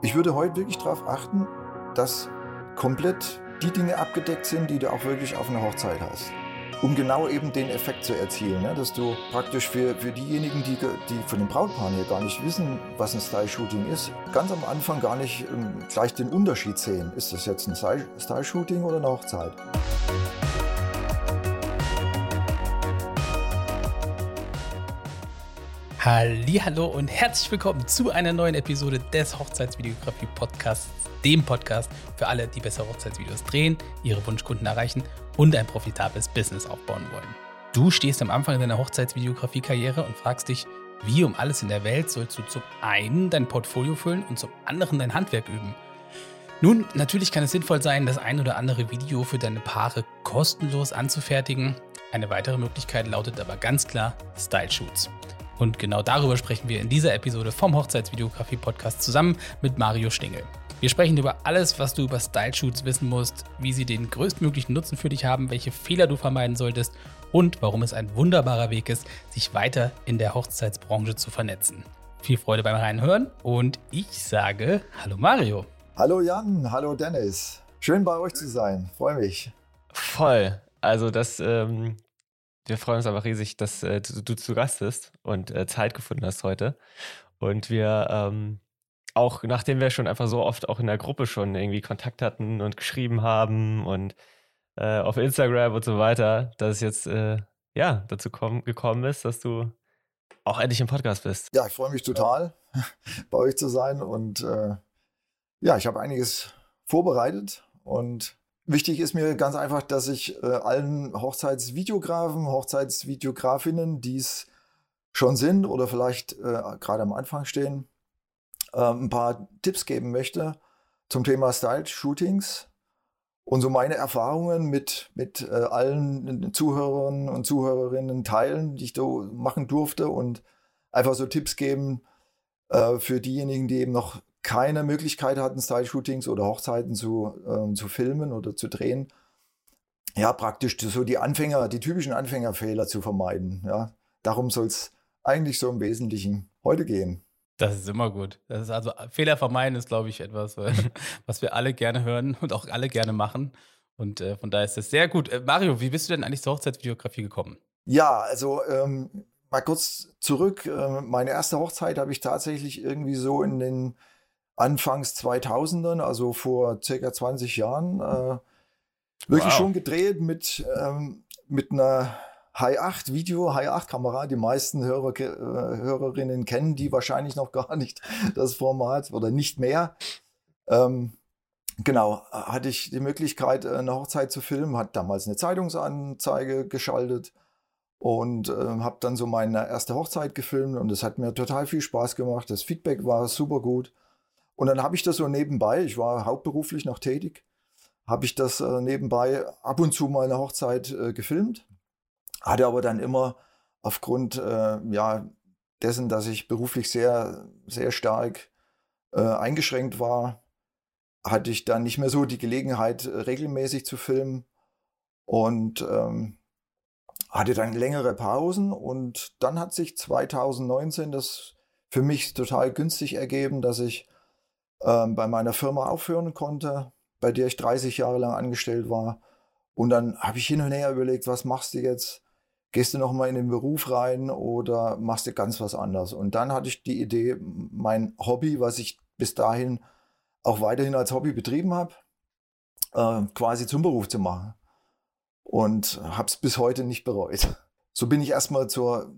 Ich würde heute wirklich darauf achten, dass komplett die Dinge abgedeckt sind, die du auch wirklich auf einer Hochzeit hast. Um genau eben den Effekt zu erzielen, ne? Dass du praktisch für diejenigen, die von den Brautpaaren hier gar nicht wissen, was ein Style-Shooting ist, ganz am Anfang gar nicht gleich den Unterschied sehen. Ist das jetzt ein Style-Shooting oder eine Hochzeit? Hallihallo und herzlich willkommen zu einer neuen Episode des Hochzeitsvideografie-Podcasts, dem Podcast für alle, die bessere Hochzeitsvideos drehen, ihre Wunschkunden erreichen und ein profitables Business aufbauen wollen. Du stehst am Anfang deiner Hochzeitsvideografie-Karriere und fragst dich, wie um alles in der Welt sollst du zum einen dein Portfolio füllen und zum anderen dein Handwerk üben. Nun, natürlich kann es sinnvoll sein, das ein oder andere Video für deine Paare kostenlos anzufertigen. Eine weitere Möglichkeit lautet aber ganz klar Style-Shoots. Und genau darüber sprechen wir in dieser Episode vom Hochzeitsvideografie-Podcast zusammen mit Mario Stingel. Wir sprechen über alles, was du über Style-Shoots wissen musst, wie sie den größtmöglichen Nutzen für dich haben, welche Fehler du vermeiden solltest und warum es ein wunderbarer Weg ist, sich weiter in der Hochzeitsbranche zu vernetzen. Viel Freude beim Reinhören und ich sage Hallo Mario. Hallo Jan, hallo Dennis. Schön bei euch zu sein, freue mich. Voll. Also wir freuen uns einfach riesig, dass du zu Gast bist und Zeit gefunden hast heute. Und wir auch, nachdem wir schon einfach so oft auch in der Gruppe schon irgendwie Kontakt hatten und geschrieben haben und auf Instagram und so weiter, dass es jetzt dazu gekommen ist, dass du auch endlich im Podcast bist. Ja, ich freue mich total, bei euch zu sein und ich habe einiges vorbereitet und wichtig ist mir ganz einfach, dass ich allen Hochzeitsvideografen, Hochzeitsvideografinnen, die es schon sind oder vielleicht gerade am Anfang stehen, ein paar Tipps geben möchte zum Thema Style-Shootings und so meine Erfahrungen mit allen Zuhörern und Zuhörerinnen teilen, die ich da machen durfte und einfach so Tipps geben für diejenigen, die eben noch keine Möglichkeit hatten, Style-Shootings oder Hochzeiten zu filmen oder zu drehen. Ja, praktisch so die typischen Anfängerfehler zu vermeiden. Ja, darum soll es eigentlich so im Wesentlichen heute gehen. Das ist immer gut. Das ist also Fehler vermeiden ist, glaube ich, etwas, was wir alle gerne hören und auch alle gerne machen. Und von daher ist das sehr gut. Mario, wie bist du denn eigentlich zur Hochzeitsvideografie gekommen? Ja, also mal kurz zurück. Meine erste Hochzeit habe ich tatsächlich irgendwie so in den Anfangs 2000ern, also vor circa 20 Jahren, wirklich schon gedreht mit einer Hi8-Kamera. Die meisten Hörerinnen kennen die wahrscheinlich noch gar nicht, das Format oder nicht mehr. Genau, hatte ich die Möglichkeit, eine Hochzeit zu filmen, hat damals eine Zeitungsanzeige geschaltet und habe dann so meine erste Hochzeit gefilmt und es hat mir total viel Spaß gemacht. Das Feedback war super gut. Und dann habe ich das so nebenbei, ich war hauptberuflich noch tätig, habe ich das nebenbei ab und zu mal eine Hochzeit gefilmt, hatte aber dann immer aufgrund dessen, dass ich beruflich sehr, sehr stark eingeschränkt war, hatte ich dann nicht mehr so die Gelegenheit, regelmäßig zu filmen und hatte dann längere Pausen und dann hat sich 2019 das für mich total günstig ergeben, dass ich bei meiner Firma aufhören konnte, bei der ich 30 Jahre lang angestellt war. Und dann habe ich hin und her überlegt, was machst du jetzt? Gehst du nochmal in den Beruf rein oder machst du ganz was anderes? Und dann hatte ich die Idee, mein Hobby, was ich bis dahin auch weiterhin als Hobby betrieben habe, quasi zum Beruf zu machen. Und habe es bis heute nicht bereut. So bin ich erstmal zur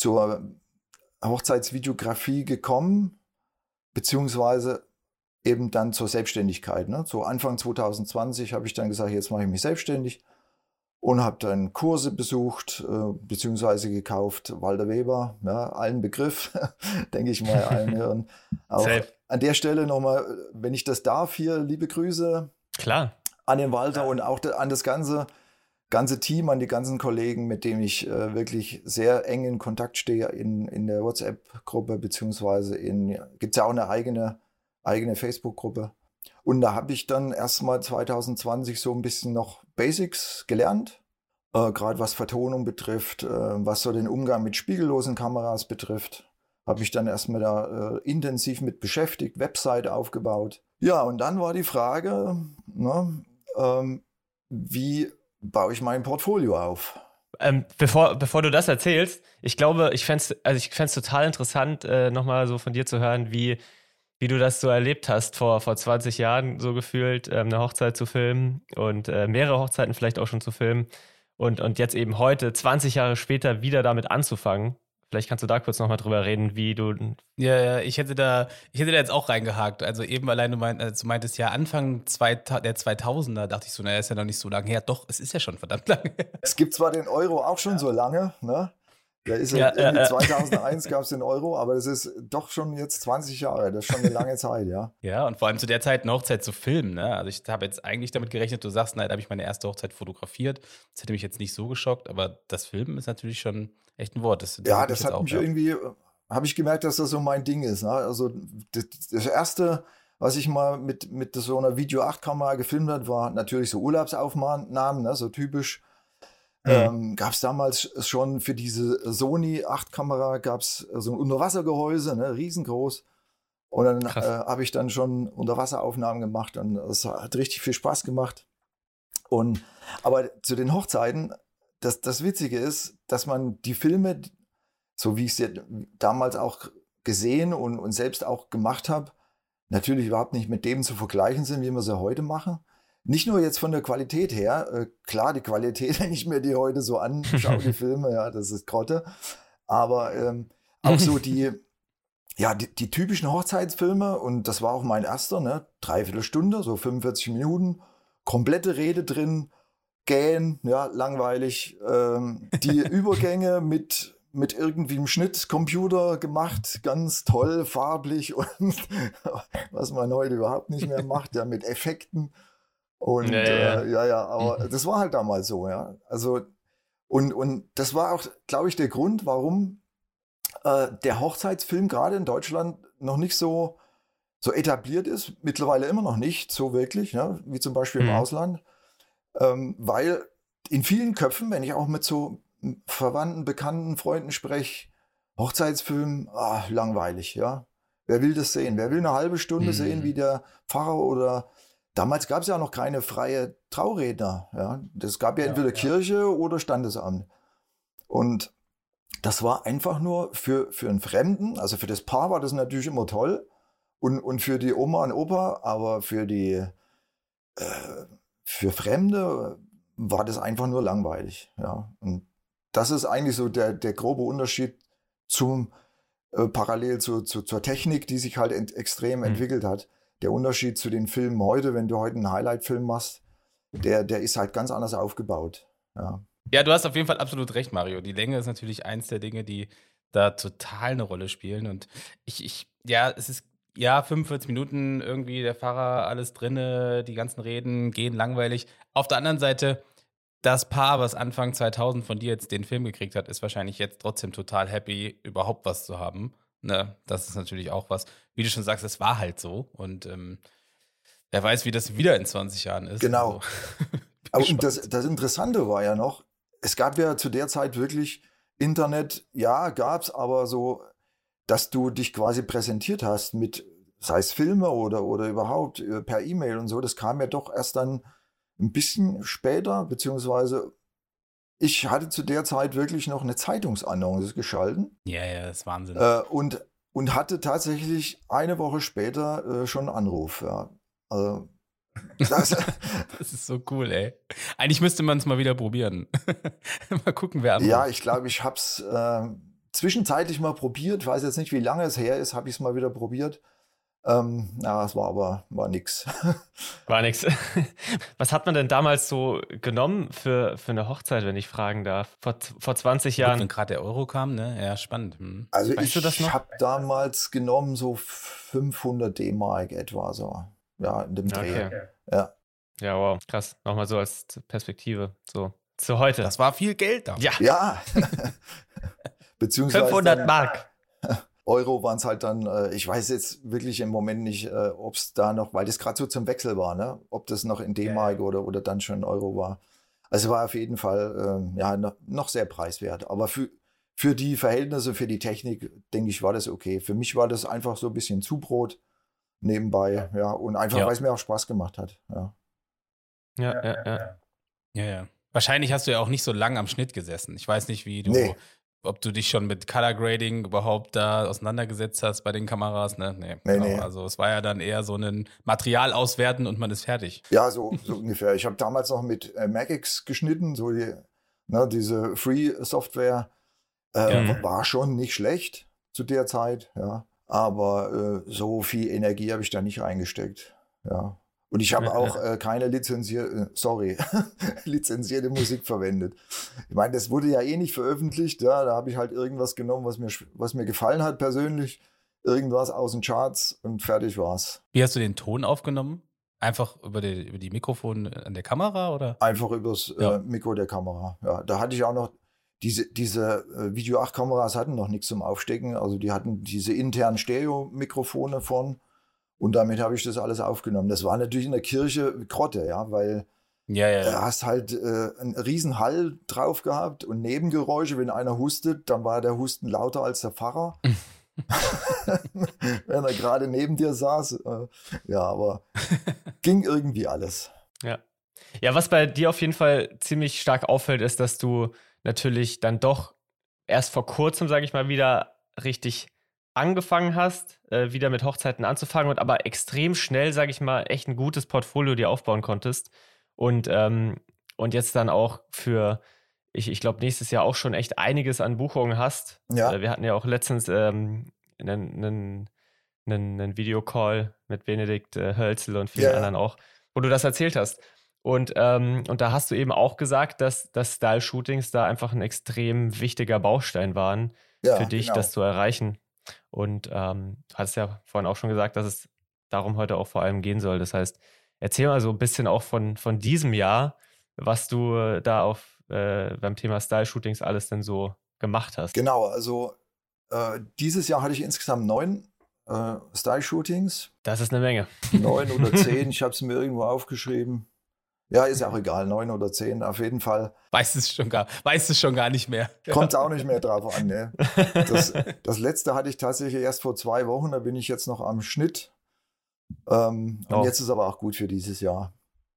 Hochzeitsvideografie gekommen, beziehungsweise eben dann zur Selbstständigkeit. Ne? So Anfang 2020 habe ich dann gesagt, jetzt mache ich mich selbstständig und habe dann Kurse besucht, beziehungsweise gekauft. Walter Weber, ja, allen Begriff, denke ich mal, allen hören. Auch an der Stelle nochmal, wenn ich das darf, hier liebe Grüße. Klar. An den Walter und auch an das ganze Team, an die ganzen Kollegen, mit denen ich wirklich sehr eng in Kontakt stehe in der WhatsApp-Gruppe, beziehungsweise gibt es ja auch eine eigene Facebook-Gruppe. Und da habe ich dann erstmal 2020 so ein bisschen noch Basics gelernt, gerade was Vertonung betrifft, was so den Umgang mit spiegellosen Kameras betrifft, Habe mich dann erstmal da intensiv mit beschäftigt, Webseite aufgebaut. Ja, und dann war die Frage, ne, wie baue ich mein Portfolio auf? Bevor du das erzählst, ich glaube, ich fände es total interessant, nochmal so von dir zu hören, wie du das so erlebt hast, vor 20 Jahren so gefühlt, eine Hochzeit zu filmen und mehrere Hochzeiten vielleicht auch schon zu filmen und jetzt eben heute, 20 Jahre später, wieder damit anzufangen. Vielleicht kannst du da kurz nochmal drüber reden, wie du... Ja, ich hätte da jetzt auch reingehakt. Also eben allein, du meintest ja Anfang der 2000er, dachte ich so, naja, ist ja noch nicht so lange her. Doch, es ist ja schon verdammt lange. Es gibt zwar den Euro auch schon so lange, ne? Der ist ja, irgendwie 2001 gab es den Euro, aber das ist doch schon jetzt 20 Jahre. Das ist schon eine lange Zeit, ja. Ja, und vor allem zu der Zeit eine Hochzeit zu filmen, ne? Also ich habe jetzt eigentlich damit gerechnet, du sagst, nein, da habe ich meine erste Hochzeit fotografiert. Das hätte mich jetzt nicht so geschockt, aber das Filmen ist natürlich schon echt ein Wort. Das hat mich irgendwie, habe ich gemerkt, dass das so mein Ding ist. Ne? Also das Erste, was ich mal mit so einer Video 8-Kamera gefilmt habe, war natürlich so Urlaubsaufnahmen, ne? So typisch. Gab es damals schon für diese Sony 8-Kamera, gab es so ein Unterwassergehäuse, ne? Riesengroß. Und dann habe ich dann schon Unterwasseraufnahmen gemacht und es hat richtig viel Spaß gemacht. Aber zu den Hochzeiten, das Witzige ist, dass man die Filme, so wie ich sie damals auch gesehen und selbst auch gemacht habe, natürlich überhaupt nicht mit dem zu vergleichen sind, wie wir sie heute machen. Nicht nur jetzt von der Qualität her, klar, die Qualität, wenn ich mir die heute so anschaue, die Filme, ja, das ist Grotte. Aber auch so die typischen Hochzeitsfilme, und das war auch mein erster, ne, 3/4 Stunde, so 45 Minuten, komplette Rede drin, gähn, ja, langweilig, die Übergänge mit irgendwie einem Schnittcomputer gemacht, ganz toll, farblich und was man heute überhaupt nicht mehr macht, ja, mit Effekten. Und aber das war halt damals so, ja. Also, und das war auch, glaube ich, der Grund, warum der Hochzeitsfilm gerade in Deutschland noch nicht so etabliert ist, mittlerweile immer noch nicht so wirklich, ne, wie zum Beispiel im Ausland, weil in vielen Köpfen, wenn ich auch mit so Verwandten, Bekannten, Freunden spreche, Hochzeitsfilm, langweilig, ja. Wer will das sehen? Wer will eine halbe Stunde sehen, wie der Pfarrer oder damals gab es ja noch keine freie Trauredner, ja. Das gab ja entweder Kirche oder Standesamt. Und das war einfach nur für einen Fremden, also für das Paar war das natürlich immer toll und für die Oma und Opa, aber für Fremde war das einfach nur langweilig, ja. Und das ist eigentlich so der grobe Unterschied parallel zur Technik, die sich halt extrem entwickelt hat. Der Unterschied zu den Filmen heute, wenn du heute einen Highlight-Film machst, der ist halt ganz anders aufgebaut, ja. Ja, du hast auf jeden Fall absolut recht, Mario. Die Länge ist natürlich eins der Dinge, die da total eine Rolle spielen. Und es ist 45 Minuten irgendwie, der Pfarrer, alles drinne, die ganzen Reden gehen langweilig. Auf der anderen Seite, das Paar, was Anfang 2000 von dir jetzt den Film gekriegt hat, ist wahrscheinlich jetzt trotzdem total happy, überhaupt was zu haben. Ne? Das ist natürlich auch was. Wie du schon sagst, es war halt so. Und wer weiß, wie das wieder in 20 Jahren ist. Genau. Also, und das Interessante war ja noch, es gab ja zu der Zeit wirklich Internet, ja, gab's, aber so, dass du dich quasi präsentiert hast mit, sei es Filme oder überhaupt per E-Mail und so, das kam ja doch erst dann ein bisschen später, beziehungsweise ich hatte zu der Zeit wirklich noch eine Zeitungsannonce geschalten. Ja, das ist Wahnsinn. Und hatte tatsächlich eine Woche später schon einen Anruf, ja. Also, das ist so cool, ey. Eigentlich müsste man es mal wieder probieren. Mal gucken, wer anruft. Ja, ich glaube, ich habe es zwischenzeitlich mal probiert. Ich weiß jetzt nicht, wie lange es her ist, habe ich es mal wieder probiert. Es war nix. War nix. Was hat man denn damals so genommen für eine Hochzeit, wenn ich fragen darf? Vor 20 Jahren. Wenn gerade der Euro kam, ne? Ja, spannend. Also weißt ich habe damals genommen so 500 D-Mark etwa so. Ja, in dem Dreh. Okay. Ja. Ja, wow, krass. Nochmal so als Perspektive, so zu heute. Das war viel Geld da. Ja. Beziehungsweise 500 Mark. Euro waren es halt dann, ich weiß jetzt wirklich im Moment nicht, ob es da noch, weil das gerade so zum Wechsel war, ne? Ob das noch in D-Mark oder dann schon Euro war. Also war auf jeden Fall noch sehr preiswert. Aber für für die Verhältnisse, für die Technik, denke ich, war das okay. Für mich war das einfach so ein bisschen Zubrot nebenbei, ja, und einfach, weil es mir auch Spaß gemacht hat, ja. Ja. Wahrscheinlich hast du ja auch nicht so lange am Schnitt gesessen. Ich weiß nicht, ob du dich schon mit Color Grading überhaupt da auseinandergesetzt hast bei den Kameras, ne? Nee. Also es war ja dann eher so ein Material auswerten und man ist fertig. Ja, so ungefähr. Ich habe damals noch mit Magix geschnitten, so diese Free-Software. War schon nicht schlecht zu der Zeit, ja. Aber so viel Energie habe ich da nicht reingesteckt, ja. Und ich habe auch keine lizenzierte Musik verwendet. Ich meine, das wurde ja eh nicht veröffentlicht. Ja? Da habe ich halt irgendwas genommen, was mir gefallen hat persönlich. Irgendwas aus den Charts und fertig war's. Wie hast du den Ton aufgenommen? Einfach über die Mikrofon an der Kamera, oder? Einfach übers Mikro der Kamera. Ja, da hatte ich auch noch diese Video 8 Kameras hatten noch nichts zum Aufstecken. Also die hatten diese internen Stereo-Mikrofone vorn. Und damit habe ich das alles aufgenommen. Das war natürlich in der Kirche Grotte, ja, weil du hast halt einen riesen Hall drauf gehabt und Nebengeräusche. Wenn einer hustet, dann war der Husten lauter als der Pfarrer. Wenn er gerade neben dir saß. Ja, aber ging irgendwie alles. Ja, was bei dir auf jeden Fall ziemlich stark auffällt, ist, dass du natürlich dann doch erst vor kurzem, sage ich mal, wieder richtig angefangen hast, wieder mit Hochzeiten anzufangen und aber extrem schnell, sage ich mal, echt ein gutes Portfolio dir aufbauen konntest und jetzt dann auch für, ich glaube, nächstes Jahr auch schon echt einiges an Buchungen hast. Ja. Wir hatten ja auch letztens einen Videocall mit Benedikt Hölzel und vielen anderen auch, wo du das erzählt hast. Und da hast du eben auch gesagt, dass Style-Shootings da einfach ein extrem wichtiger Baustein waren für dich, das zu erreichen. Und du hast ja vorhin auch schon gesagt, dass es darum heute auch vor allem gehen soll. Das heißt, erzähl mal so ein bisschen auch von diesem Jahr, was du da beim Thema Style-Shootings alles denn so gemacht hast. Genau, also dieses Jahr hatte ich insgesamt 9 Style-Shootings. Das ist eine Menge. 9 oder 10, ich habe es mir irgendwo aufgeschrieben. Ja, ist ja auch egal, 9 oder 10, auf jeden Fall. Weißt es schon gar nicht mehr. Kommt es auch nicht mehr drauf an, ne? Das letzte hatte ich tatsächlich erst vor 2 Wochen, da bin ich jetzt noch am Schnitt. Und jetzt ist aber auch gut für dieses Jahr.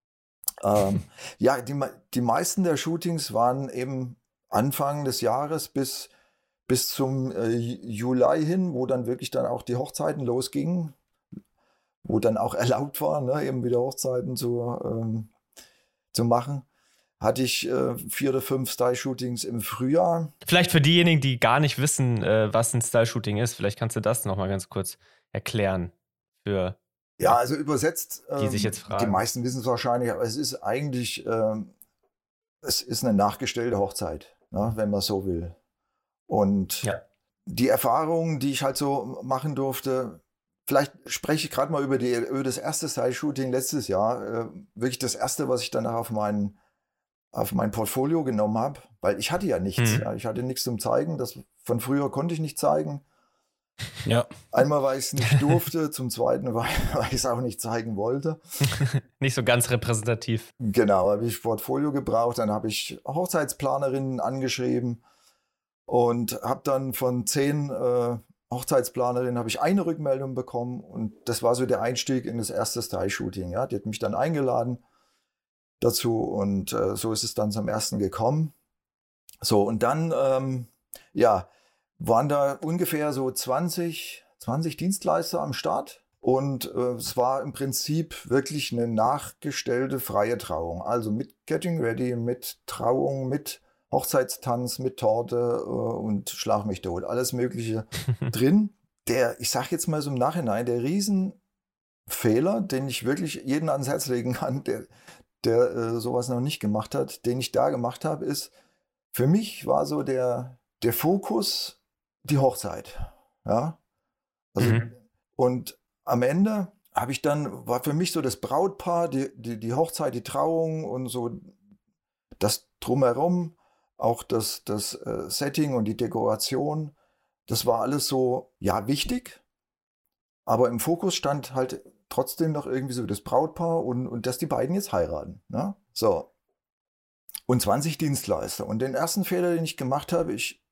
Ja, die meisten der Shootings waren eben Anfang des Jahres bis zum Juli hin, wo dann wirklich dann auch die Hochzeiten losgingen, wo dann auch erlaubt war, ne, eben wieder Hochzeiten zu machen, hatte ich 4 oder 5 Style-Shootings im Frühjahr. Vielleicht für diejenigen, die gar nicht wissen, was ein Style-Shooting ist, vielleicht kannst du das nochmal ganz kurz erklären für ja, also übersetzt, die sich jetzt fragen. Die meisten wissen es wahrscheinlich, aber es ist eigentlich es ist eine nachgestellte Hochzeit, ne, wenn man so will. Und die Erfahrungen, die ich halt so machen durfte, vielleicht spreche ich gerade mal über das erste Style-Shooting letztes Jahr. Wirklich das erste, was ich danach auf mein Portfolio genommen habe, weil ich hatte ja nichts. Ja, ich hatte nichts zum Zeigen. Das von früher konnte ich nicht zeigen. Ja. Einmal, weil ich es nicht durfte, zum zweiten, weil ich es auch nicht zeigen wollte. Nicht so ganz repräsentativ. Genau, habe ich Portfolio gebraucht, dann habe ich Hochzeitsplanerinnen angeschrieben und habe dann von 10 Hochzeitsplanerinnen habe ich eine Rückmeldung bekommen und das war so der Einstieg in das erste Style-Shooting. Ja. Die hat mich dann eingeladen dazu und so ist es dann zum ersten gekommen. So, und dann, waren da ungefähr so 20 Dienstleister am Start und es war im Prinzip wirklich eine nachgestellte freie Trauung. Also mit Getting Ready, mit Trauung, mit Hochzeitstanz, mit Torte und Schlag mich tot, alles Mögliche drin. Ich sag jetzt mal so im Nachhinein, der Riesenfehler, den ich wirklich jedem ans Herz legen kann, der sowas noch nicht gemacht hat, den ich da gemacht habe, ist, für mich war so der Fokus die Hochzeit. Ja? Also, und am Ende war für mich so das Brautpaar, die Hochzeit, die Trauung und so das Drumherum, auch das Setting und die Dekoration, das war alles so, ja, wichtig, aber im Fokus stand halt trotzdem noch irgendwie so das Brautpaar und dass die beiden jetzt heiraten. Ne? So. Und 20 Dienstleister. Und den ersten Fehler, den ich gemacht habe, ich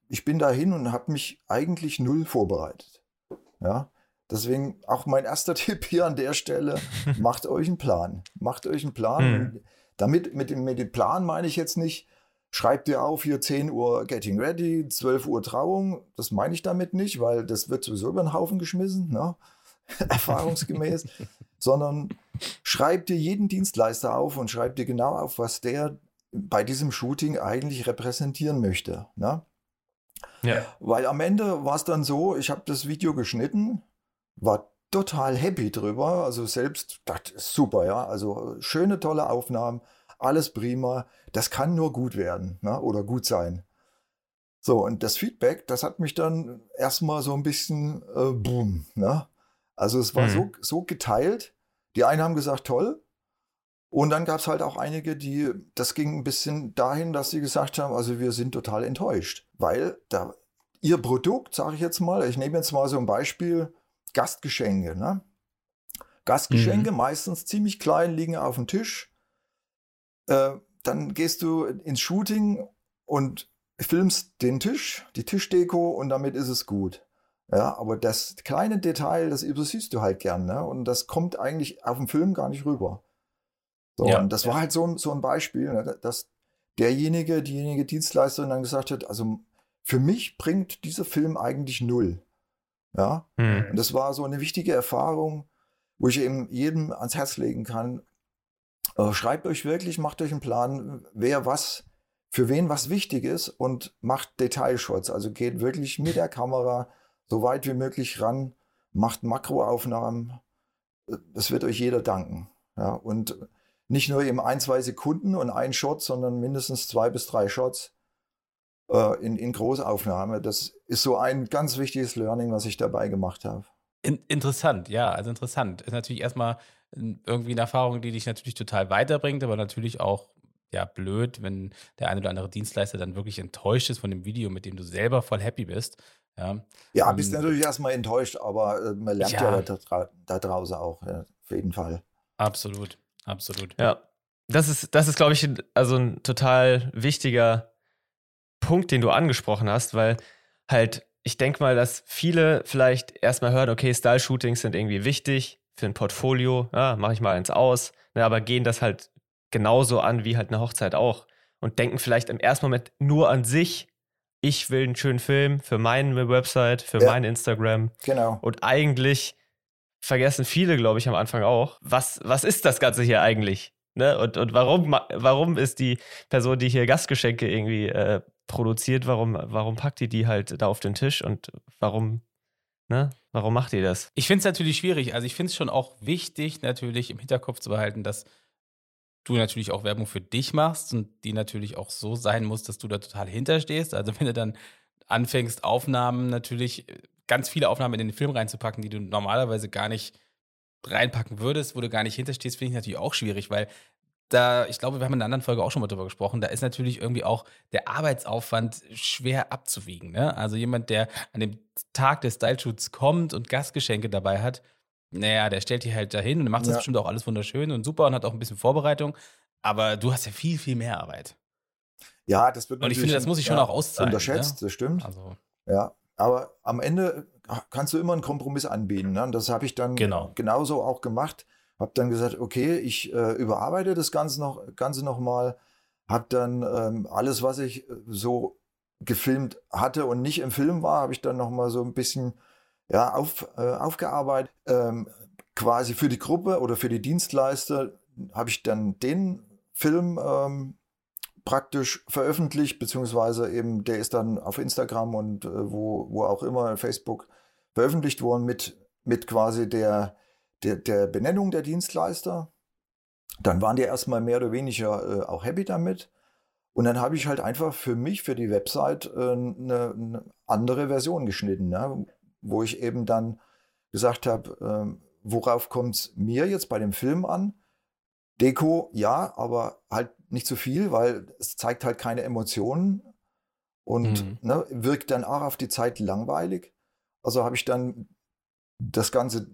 ich bin dahin und habe mich eigentlich null vorbereitet. Ja, deswegen auch mein erster Tipp hier an der Stelle, macht euch einen Plan. Macht euch einen Plan. Und damit, mit dem Plan meine ich jetzt nicht, schreibt ihr auf, hier 10 Uhr Getting Ready, 12 Uhr Trauung. Das meine ich damit nicht, weil das wird sowieso über den Haufen geschmissen, ne? Erfahrungsgemäß. Sondern schreibt dir jeden Dienstleister auf und schreibt dir genau auf, was der bei diesem Shooting eigentlich repräsentieren möchte. Ne? Ja. Weil am Ende war es dann so, ich habe das Video geschnitten, war total happy drüber, also selbst, das ist super, ja, also schöne, tolle Aufnahmen, alles prima, das kann nur gut werden, ne? Oder gut sein. So, und das Feedback, das hat mich dann erstmal so ein bisschen boom, ne? Also es war so geteilt, die einen haben gesagt, toll, und dann gab es halt auch einige, das ging ein bisschen dahin, dass sie gesagt haben, also wir sind total enttäuscht, weil ihr Produkt, sage ich jetzt mal, ich nehme jetzt mal so ein Beispiel, Gastgeschenke, ne? Gastgeschenke, meistens ziemlich klein, liegen auf dem Tisch. Dann gehst du ins Shooting und filmst den Tisch, die Tischdeko und damit ist es gut. Ja, aber das kleine Detail, das übersiehst du halt gern, ne? Und das kommt eigentlich auf dem Film gar nicht rüber. So, Ja. und das war halt so ein Beispiel, ne? Dass diejenige Dienstleisterin dann gesagt hat, also für mich bringt dieser Film eigentlich null. Ja, und das war so eine wichtige Erfahrung, wo ich eben jedem ans Herz legen kann. Schreibt euch wirklich, macht euch einen Plan, für wen was wichtig ist und macht Detailshots. Also geht wirklich mit der Kamera so weit wie möglich ran, macht Makroaufnahmen. Das wird euch jeder danken. Ja, und nicht nur eben 1, 2 Sekunden und ein Shot, sondern mindestens 2 bis 3 Shots in Großaufnahme. Das ist so ein ganz wichtiges Learning, was ich dabei gemacht habe. Interessant, ja, also interessant. Ist natürlich erstmal irgendwie eine Erfahrung, die dich natürlich total weiterbringt, aber natürlich auch ja blöd, wenn der ein oder andere Dienstleister dann wirklich enttäuscht ist von dem Video, mit dem du selber voll happy bist. Ja, Ja, bist natürlich erstmal enttäuscht, aber man lernt ja da draußen auch, ja, auf jeden Fall. Absolut, absolut. Ja, das ist glaube ich, also ein total wichtiger Punkt, den du angesprochen hast, weil halt, ich denke mal, dass viele vielleicht erstmal hören, okay, Style-Shootings sind irgendwie wichtig für ein Portfolio, ja, mache ich mal eins aus, ne, aber gehen das halt genauso an wie halt eine Hochzeit auch und denken vielleicht im ersten Moment nur an sich, ich will einen schönen Film für meine Website, für mein Instagram. Genau. Und eigentlich vergessen viele, glaube ich, am Anfang auch, was ist das Ganze hier eigentlich? Ne? Und warum ist die Person, die hier Gastgeschenke irgendwie produziert, warum packt die halt da auf den Tisch und warum macht die das? Ich finde es natürlich schwierig. Also ich finde es schon auch wichtig, natürlich im Hinterkopf zu behalten, dass du natürlich auch Werbung für dich machst und die natürlich auch so sein muss, dass du da total hinterstehst. Also wenn du dann anfängst, Aufnahmen natürlich, ganz viele Aufnahmen in den Film reinzupacken, die du normalerweise gar nicht reinpacken würdest, wo du gar nicht hinterstehst, finde ich natürlich auch schwierig, weil ich glaube, wir haben in einer anderen Folge auch schon mal drüber gesprochen, da ist natürlich irgendwie auch der Arbeitsaufwand schwer abzuwiegen. Ne? Also jemand, der an dem Tag des Style-Shoots kommt und Gastgeschenke dabei hat, naja, der stellt die halt dahin und macht das bestimmt auch alles wunderschön und super und hat auch ein bisschen Vorbereitung. Aber du hast ja viel, viel mehr Arbeit. Ja, das wird und ich finde, das muss ich schon auch auszahlen. Unterschätzt, ne? Das stimmt. Also, ja, aber am Ende kannst du immer einen Kompromiss anbieten. Ne? Und das habe ich dann genauso auch gemacht. Habe dann gesagt, okay, ich überarbeite das Ganze noch mal. Habe dann alles, was ich so gefilmt hatte und nicht im Film war, habe ich dann noch mal so ein bisschen aufgearbeitet. Quasi für die Gruppe oder für die Dienstleister habe ich dann den Film praktisch veröffentlicht, beziehungsweise eben der ist dann auf Instagram und wo auch immer, Facebook, veröffentlicht worden mit quasi der Benennung der Dienstleister. Dann waren die erstmal mehr oder weniger auch happy damit. Und dann habe ich halt einfach für mich, für die Website, eine andere Version geschnitten, ne? Wo ich eben dann gesagt habe, worauf kommt es mir jetzt bei dem Film an? Deko, ja, aber halt nicht zu viel, weil es zeigt halt keine Emotionen und wirkt dann auch auf die Zeit langweilig. Also habe ich dann das ganze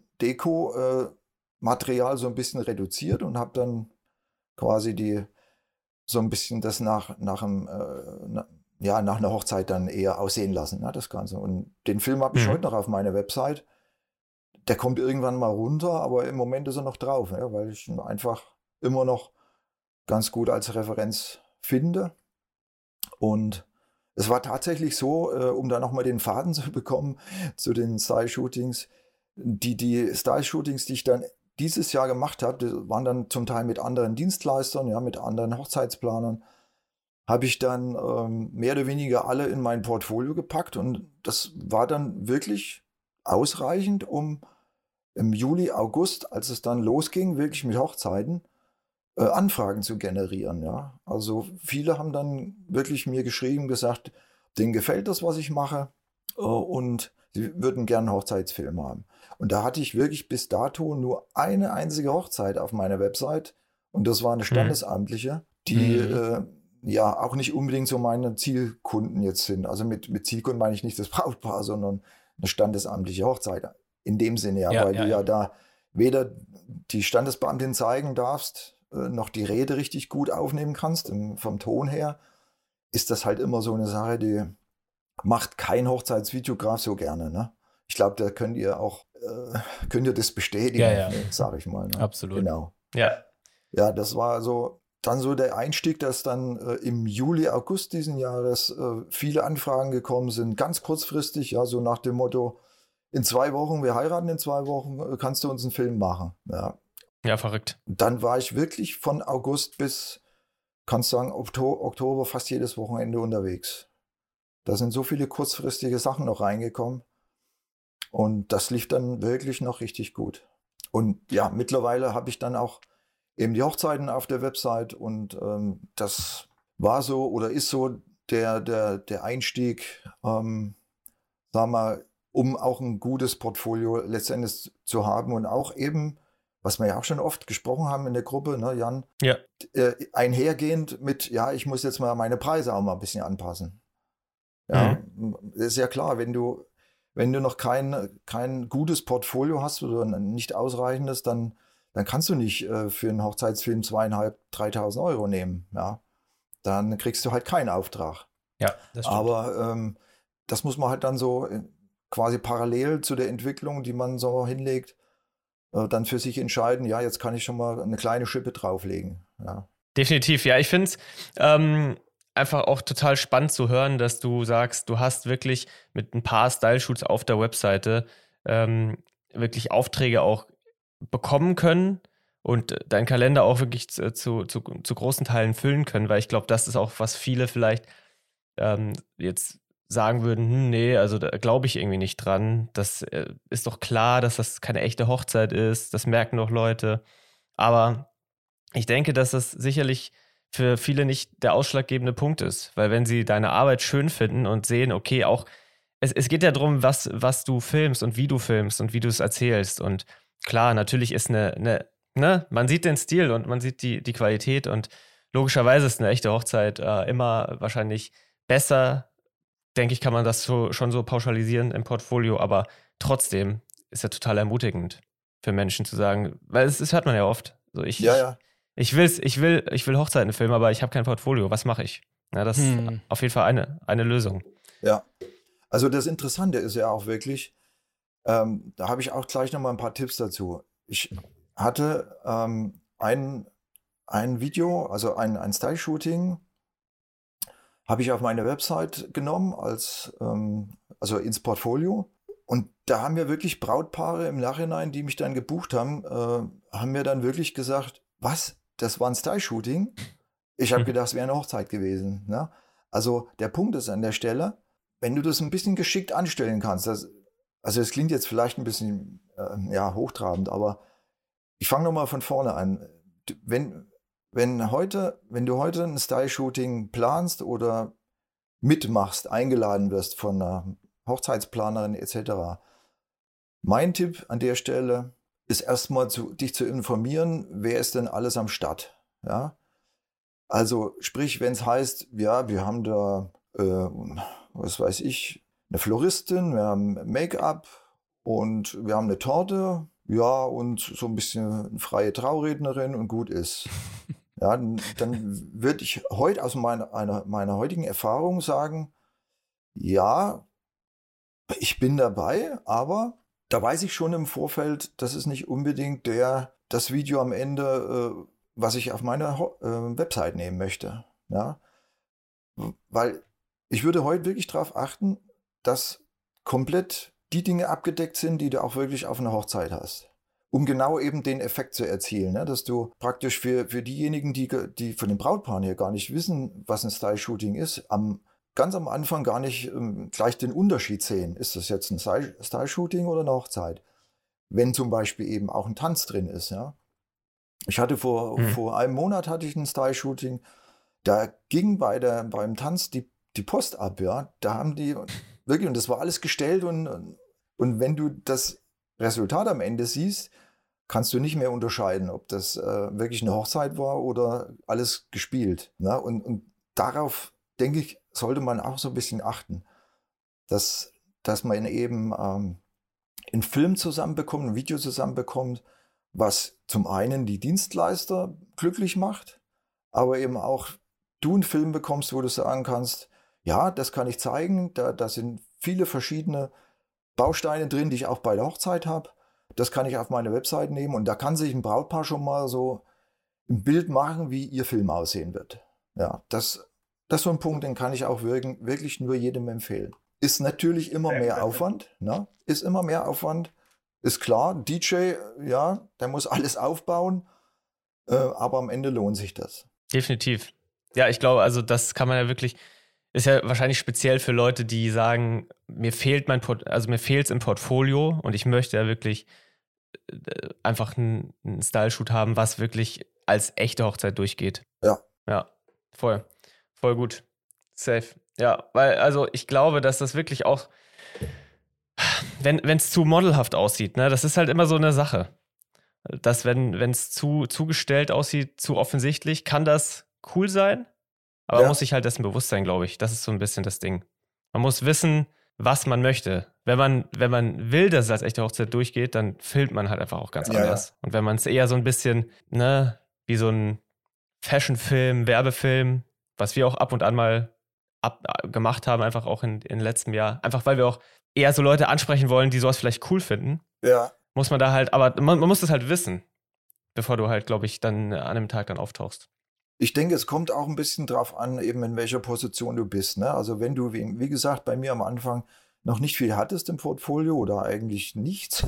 Deko-Material so ein bisschen reduziert und habe dann quasi so ein bisschen das nach nach einer Hochzeit dann eher aussehen lassen, ne, das Ganze. Und den Film habe ich heute noch auf meiner Website. Der kommt irgendwann mal runter, aber im Moment ist er noch drauf, ja, weil ich ihn einfach immer noch ganz gut als Referenz finde. Und es war tatsächlich so, um da nochmal den Faden zu bekommen zu den Style-Shootings, die Style-Shootings, die ich dann dieses Jahr gemacht habe, waren dann zum Teil mit anderen Dienstleistern, ja, mit anderen Hochzeitsplanern, habe ich dann mehr oder weniger alle in mein Portfolio gepackt und das war dann wirklich ausreichend, um im Juli, August, als es dann losging, wirklich mit Hochzeiten, Anfragen zu generieren. Ja. Also viele haben dann wirklich mir geschrieben, gesagt, denen gefällt das, was ich mache und sie würden gerne einen Hochzeitsfilm haben. Und da hatte ich wirklich bis dato nur eine einzige Hochzeit auf meiner Website und das war eine standesamtliche, die ja auch nicht unbedingt so meine Zielkunden jetzt sind. Also mit Zielkunden meine ich nicht das Brautpaar, sondern eine standesamtliche Hochzeit. In dem Sinne, ja, weil du ja da weder die Standesbeamtin zeigen darfst, noch die Rede richtig gut aufnehmen kannst. Vom Ton her ist das halt immer so eine Sache, die macht kein Hochzeitsvideograf so gerne. Ne? Ich glaube, da könnt ihr das bestätigen, sage ich mal. Ne? Absolut. Genau. Ja. Ja, das war so dann so der Einstieg, dass dann im Juli, August diesen Jahres viele Anfragen gekommen sind, ganz kurzfristig, ja, so nach dem Motto, in 2 Wochen, wir heiraten in 2 Wochen, kannst du uns einen Film machen. Ja, verrückt. Dann war ich wirklich von August bis, kannst du sagen, Oktober fast jedes Wochenende unterwegs. Da sind so viele kurzfristige Sachen noch reingekommen und das lief dann wirklich noch richtig gut. Und ja, mittlerweile habe ich dann auch eben die Hochzeiten auf der Website und das war so oder ist so der Einstieg, sagen wir mal, um auch ein gutes Portfolio letztendlich zu haben und auch eben, was wir ja auch schon oft gesprochen haben in der Gruppe, ne, Jan, einhergehend mit, ja, ich muss jetzt mal meine Preise auch mal ein bisschen anpassen. Ja, ist ja klar, wenn du noch kein gutes Portfolio hast oder ein nicht ausreichendes, dann kannst du nicht für einen Hochzeitsfilm 2.500, 3.000 Euro nehmen. Ja, dann kriegst du halt keinen Auftrag. Ja, das stimmt. Aber das muss man halt dann so quasi parallel zu der Entwicklung, die man so hinlegt, dann für sich entscheiden, ja, jetzt kann ich schon mal eine kleine Schippe drauflegen. Ja. Definitiv, ja. Ich finde es einfach auch total spannend zu hören, dass du sagst, du hast wirklich mit ein paar Style-Shoots auf der Webseite wirklich Aufträge auch bekommen können und deinen Kalender auch wirklich zu großen Teilen füllen können, weil ich glaube, das ist auch, was viele vielleicht jetzt sagen würden, nee, also da glaube ich irgendwie nicht dran. Das ist doch klar, dass das keine echte Hochzeit ist. Das merken doch Leute. Aber ich denke, dass das sicherlich für viele nicht der ausschlaggebende Punkt ist. Weil wenn sie deine Arbeit schön finden und sehen, okay, auch es geht ja darum, was du filmst und wie du filmst und wie du es erzählst. Und klar, natürlich ist man sieht den Stil und man sieht die Qualität und logischerweise ist eine echte Hochzeit immer wahrscheinlich besser. Denke ich, kann man das schon so pauschalisieren im Portfolio, aber trotzdem ist ja total ermutigend für Menschen zu sagen, weil das hört man ja oft. So, ich will Hochzeiten filmen, aber ich habe kein Portfolio. Was mache ich? Ja, das ist auf jeden Fall eine Lösung. Ja, also das Interessante ist ja auch wirklich, da habe ich auch gleich nochmal ein paar Tipps dazu. Ich hatte ein Video, also ein Style-Shooting, habe ich auf meine Website genommen, also ins Portfolio. Und da haben mir wirklich Brautpaare im Nachhinein, die mich dann gebucht haben, haben mir dann wirklich gesagt, was, das war ein Style-Shooting? Ich habe gedacht, es wäre eine Hochzeit gewesen. Ne? Also der Punkt ist an der Stelle, wenn du das ein bisschen geschickt anstellen kannst, also es klingt jetzt vielleicht ein bisschen hochtrabend, aber ich fange nochmal von vorne an. Wenn du heute ein Style-Shooting planst oder mitmachst, eingeladen wirst von einer Hochzeitsplanerin etc., mein Tipp an der Stelle ist erstmal dich zu informieren, wer ist denn alles am Start. Ja? Also sprich, wenn es heißt, ja, wir haben da, was weiß ich, eine Floristin, wir haben Make-up und wir haben eine Torte, ja, und so ein bisschen eine freie Traurednerin und gut ist. Ja, dann würde ich heute aus meiner heutigen Erfahrung sagen, ja, ich bin dabei, aber da weiß ich schon im Vorfeld, das ist nicht unbedingt das Video am Ende, was ich auf meine Website nehmen möchte. Ja? Weil ich würde heute wirklich darauf achten, dass komplett die Dinge abgedeckt sind, die du auch wirklich auf einer Hochzeit hast. Um genau eben den Effekt zu erzielen, ne? Dass du praktisch für diejenigen, die von den Brautpaaren hier gar nicht wissen, was ein Style-Shooting ist, ganz am Anfang gar nicht gleich den Unterschied sehen. Ist das jetzt ein Style-Shooting oder eine Hochzeit? Wenn zum Beispiel eben auch ein Tanz drin ist. Ja? Ich hatte vor einem Monat hatte ich ein Style-Shooting. Da ging beim Tanz die Post ab. Ja? Da haben die wirklich, und das war alles gestellt. Und wenn du das Resultat am Ende siehst, kannst du nicht mehr unterscheiden, ob das wirklich eine Hochzeit war oder alles gespielt. Ne? Und darauf, denke ich, sollte man auch so ein bisschen achten, dass man eben einen Film zusammenbekommt, ein Video zusammenbekommt, was zum einen die Dienstleister glücklich macht, aber eben auch du einen Film bekommst, wo du sagen kannst, ja, das kann ich zeigen, da sind viele verschiedene Bausteine drin, die ich auch bei der Hochzeit habe. Das kann ich auf meine Website nehmen und da kann sich ein Brautpaar schon mal so ein Bild machen, wie ihr Film aussehen wird. Ja, das ist so ein Punkt, den kann ich auch wirklich nur jedem empfehlen. Ist natürlich immer mehr Aufwand, ne? Ist immer mehr Aufwand. Ist klar, DJ, ja, der muss alles aufbauen, aber am Ende lohnt sich das. Definitiv. Ja, ich glaube, also das kann man ja wirklich, ist ja wahrscheinlich speziell für Leute, die sagen, mir fehlt mir fehlt's im Portfolio und ich möchte ja wirklich einfach einen Style-Shoot haben, was wirklich als echte Hochzeit durchgeht. Ja. Ja, voll gut. Safe. Ja, weil, also ich glaube, dass das wirklich auch, wenn es zu modelhaft aussieht, ne, das ist halt immer so eine Sache. Dass wenn es zugestellt aussieht, zu offensichtlich, kann das cool sein, aber man muss sich halt dessen bewusst sein, glaube ich. Das ist so ein bisschen das Ding. Man muss wissen, was man möchte. Wenn man will, dass es als echte Hochzeit durchgeht, dann filmt man halt einfach auch ganz anders. Ja. Und wenn man es eher so ein bisschen, ne, wie so ein Fashion-Film, Werbefilm, was wir auch ab und an mal gemacht haben, einfach auch in letztem Jahr, einfach weil wir auch eher so Leute ansprechen wollen, die sowas vielleicht cool finden. Ja. Muss man da halt, aber man muss das halt wissen, bevor du halt, glaube ich, dann an einem Tag dann auftauchst. Ich denke, es kommt auch ein bisschen drauf an, eben in welcher Position du bist. Ne? Also wenn du, wie gesagt, bei mir am Anfang noch nicht viel hattest im Portfolio oder eigentlich nichts,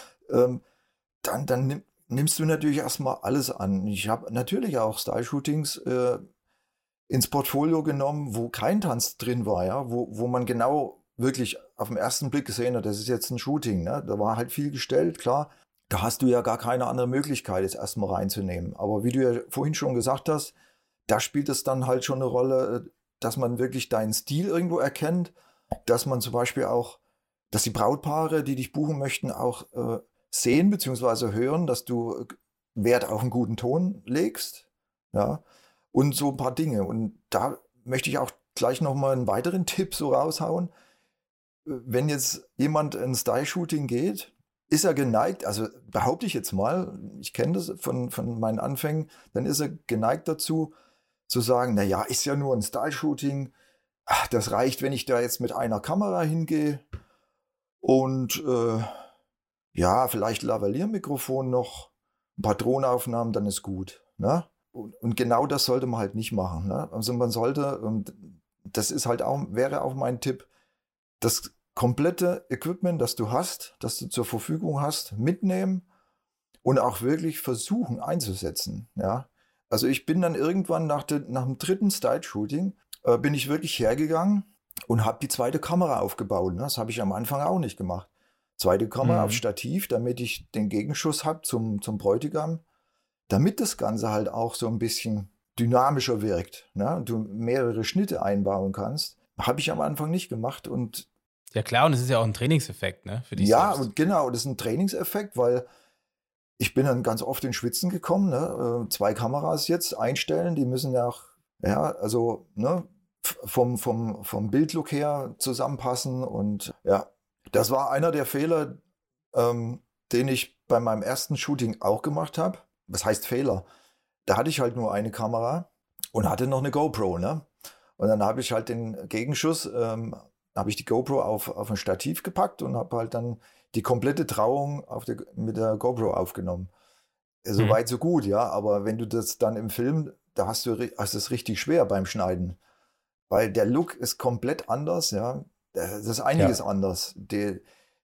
dann nimmst du natürlich erstmal alles an. Ich habe natürlich auch Style-Shootings ins Portfolio genommen, wo kein Tanz drin war, ja, wo man genau wirklich auf den ersten Blick gesehen hat, das ist jetzt ein Shooting. Ne? Da war halt viel gestellt, klar. Da hast du ja gar keine andere Möglichkeit, jetzt erstmal reinzunehmen. Aber wie du ja vorhin schon gesagt hast, da spielt es dann halt schon eine Rolle, dass man wirklich deinen Stil irgendwo erkennt, dass man zum Beispiel auch, dass die Brautpaare, die dich buchen möchten, auch sehen bzw. hören, dass du Wert auf einen guten Ton legst, ja, und so ein paar Dinge. Und da möchte ich auch gleich nochmal einen weiteren Tipp so raushauen. Wenn jetzt jemand ein Style-Shooting geht, ist er geneigt, also behaupte ich jetzt mal, ich kenne das von meinen Anfängen, dann ist er geneigt dazu, zu sagen, naja, ist ja nur ein Style-Shooting, das reicht, wenn ich da jetzt mit einer Kamera hingehe und ja, vielleicht Lavalier-Mikrofon noch, ein paar Drohnenaufnahmen, dann ist gut. Ne? Und genau das sollte man halt nicht machen. Ne? Also man sollte, und das ist halt auch, wäre auch mein Tipp, das komplette Equipment, das du hast, das du zur Verfügung hast, mitnehmen und auch wirklich versuchen einzusetzen. Ja? Also ich bin dann irgendwann nach dem dritten Style-Shooting, bin ich wirklich hergegangen und habe die zweite Kamera aufgebaut. Ne? Das habe ich am Anfang auch nicht gemacht. Zweite Kamera auf Stativ, damit ich den Gegenschuss habe zum Bräutigam, damit das Ganze halt auch so ein bisschen dynamischer wirkt, ne? Und du mehrere Schnitte einbauen kannst. Habe ich am Anfang nicht gemacht und ja klar, und es ist ja auch ein Trainingseffekt, ne? Für dich ja, selbst. und genau, das ist ein Trainingseffekt, weil ich bin dann ganz oft in Schwitzen gekommen, ne? 2 Kameras jetzt einstellen, die müssen ja auch, ja, also, ne, vom Bildlook her zusammenpassen und ja, das war einer der Fehler, den ich bei meinem ersten Shooting auch gemacht habe. Was heißt Fehler? da hatte ich halt nur eine Kamera und hatte noch eine GoPro, ne? Und dann habe ich halt den Gegenschuss, habe ich die GoPro auf ein Stativ gepackt und habe halt dann die komplette Trauung mit der GoPro aufgenommen. So weit, so gut, ja. Aber wenn du das dann im Film, da hast du es richtig schwer beim Schneiden. Weil der Look ist komplett anders, ja. Das ist einiges anders. Die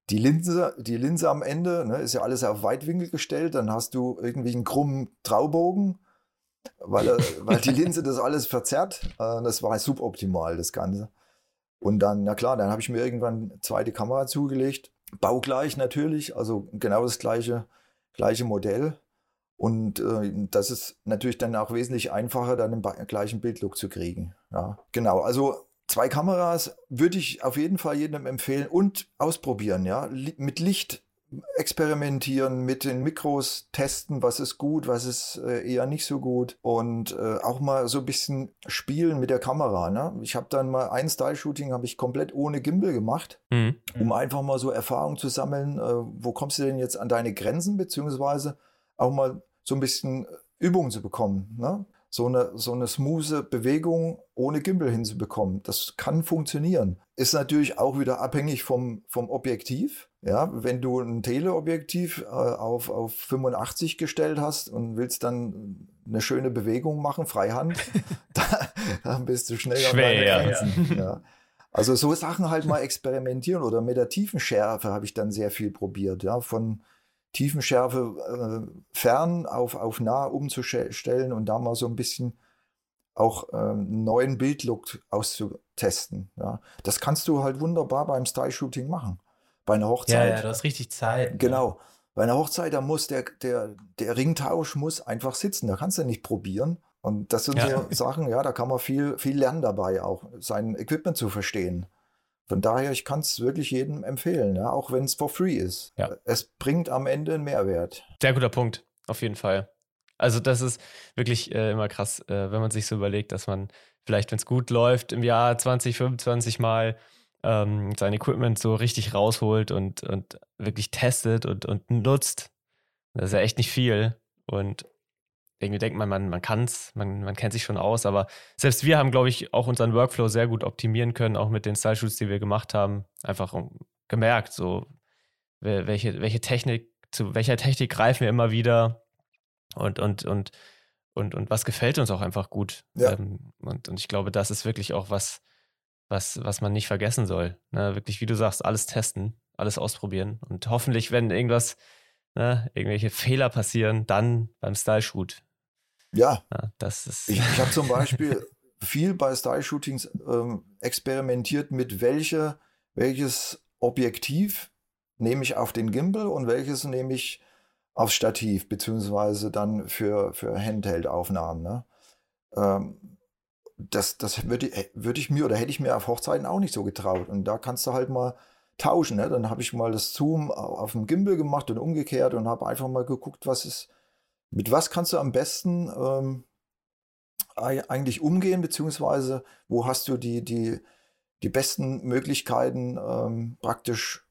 Linse am Ende, ne, ist ja alles auf Weitwinkel gestellt. Dann hast du irgendwie einen krummen Traubogen, weil die Linse das alles verzerrt. Das war suboptimal, das Ganze. Und dann, na klar, dann habe ich mir irgendwann eine zweite Kamera zugelegt. Baugleich natürlich, also genau das gleiche Modell. Und das ist natürlich dann auch wesentlich einfacher, dann den gleichen Bildlook zu kriegen. Ja, genau. Also 2 Kameras würde ich auf jeden Fall jedem empfehlen und ausprobieren. Ja, mit Licht experimentieren, mit den Mikros testen, was ist gut, was ist eher nicht so gut und auch mal so ein bisschen spielen mit der Kamera. Ne? Ich habe dann mal ein Style-Shooting habe ich komplett ohne Gimbal gemacht, um einfach mal so Erfahrung zu sammeln. Wo kommst du denn jetzt an deine Grenzen, beziehungsweise auch mal so ein bisschen Übung zu bekommen, ne? So eine smooth Bewegung ohne Gimbal hinzubekommen. Das kann funktionieren. Ist natürlich auch wieder abhängig vom Objektiv. Ja, wenn du ein Teleobjektiv auf 85 gestellt hast und willst dann eine schöne Bewegung machen, Freihand, dann bist du schnell an deine Grenzen. Ja. Also so Sachen halt mal experimentieren, oder mit der Tiefenschärfe habe ich dann sehr viel probiert. Ja, von Tiefenschärfe fern auf nah umzustellen und da mal so ein bisschen auch einen neuen Bildlook auszutesten. Ja. Das kannst du halt wunderbar beim Style-Shooting machen. Bei einer Hochzeit. Ja, du hast richtig Zeit. Genau. Ja. Bei einer Hochzeit, da muss der Ringtausch muss einfach sitzen. Da kannst du nicht probieren. Und das sind so Sachen, ja, da kann man viel lernen dabei, auch sein Equipment zu verstehen. Von daher, ich kann es wirklich jedem empfehlen, ja, auch wenn es for free ist. Ja. Es bringt am Ende einen Mehrwert. Sehr guter Punkt, auf jeden Fall. Also das ist wirklich immer krass, wenn man sich so überlegt, dass man vielleicht, wenn es gut läuft, im Jahr 20, 25 Mal sein Equipment so richtig rausholt und wirklich testet und nutzt. Das ist ja echt nicht viel. Und irgendwie denkt man kann's, man kennt sich schon aus, aber selbst wir haben, glaube ich, auch unseren Workflow sehr gut optimieren können, auch mit den Style-Shoots, die wir gemacht haben, einfach gemerkt, so welche Technik, zu welcher Technik greifen wir immer wieder und was gefällt uns auch einfach gut. Ja. Und ich glaube, das ist wirklich auch was man nicht vergessen soll. Ne? Wirklich, wie du sagst, alles testen, alles ausprobieren und hoffentlich, wenn irgendwelche Fehler passieren, dann beim Style-Shoot. Ja, das ist. Ich habe zum Beispiel viel bei Style-Shootings experimentiert mit welches Objektiv nehme ich auf den Gimbal und welches nehme ich aufs Stativ, beziehungsweise dann für Handheld-Aufnahmen. Ne? Das würde ich mir oder hätte ich mir auf Hochzeiten auch nicht so getraut. Und da kannst du halt mal tauschen. Ne? Dann habe ich mal das Zoom auf dem Gimbal gemacht und umgekehrt und habe einfach mal geguckt, mit was kannst du am besten eigentlich umgehen, beziehungsweise wo hast du die besten Möglichkeiten praktisch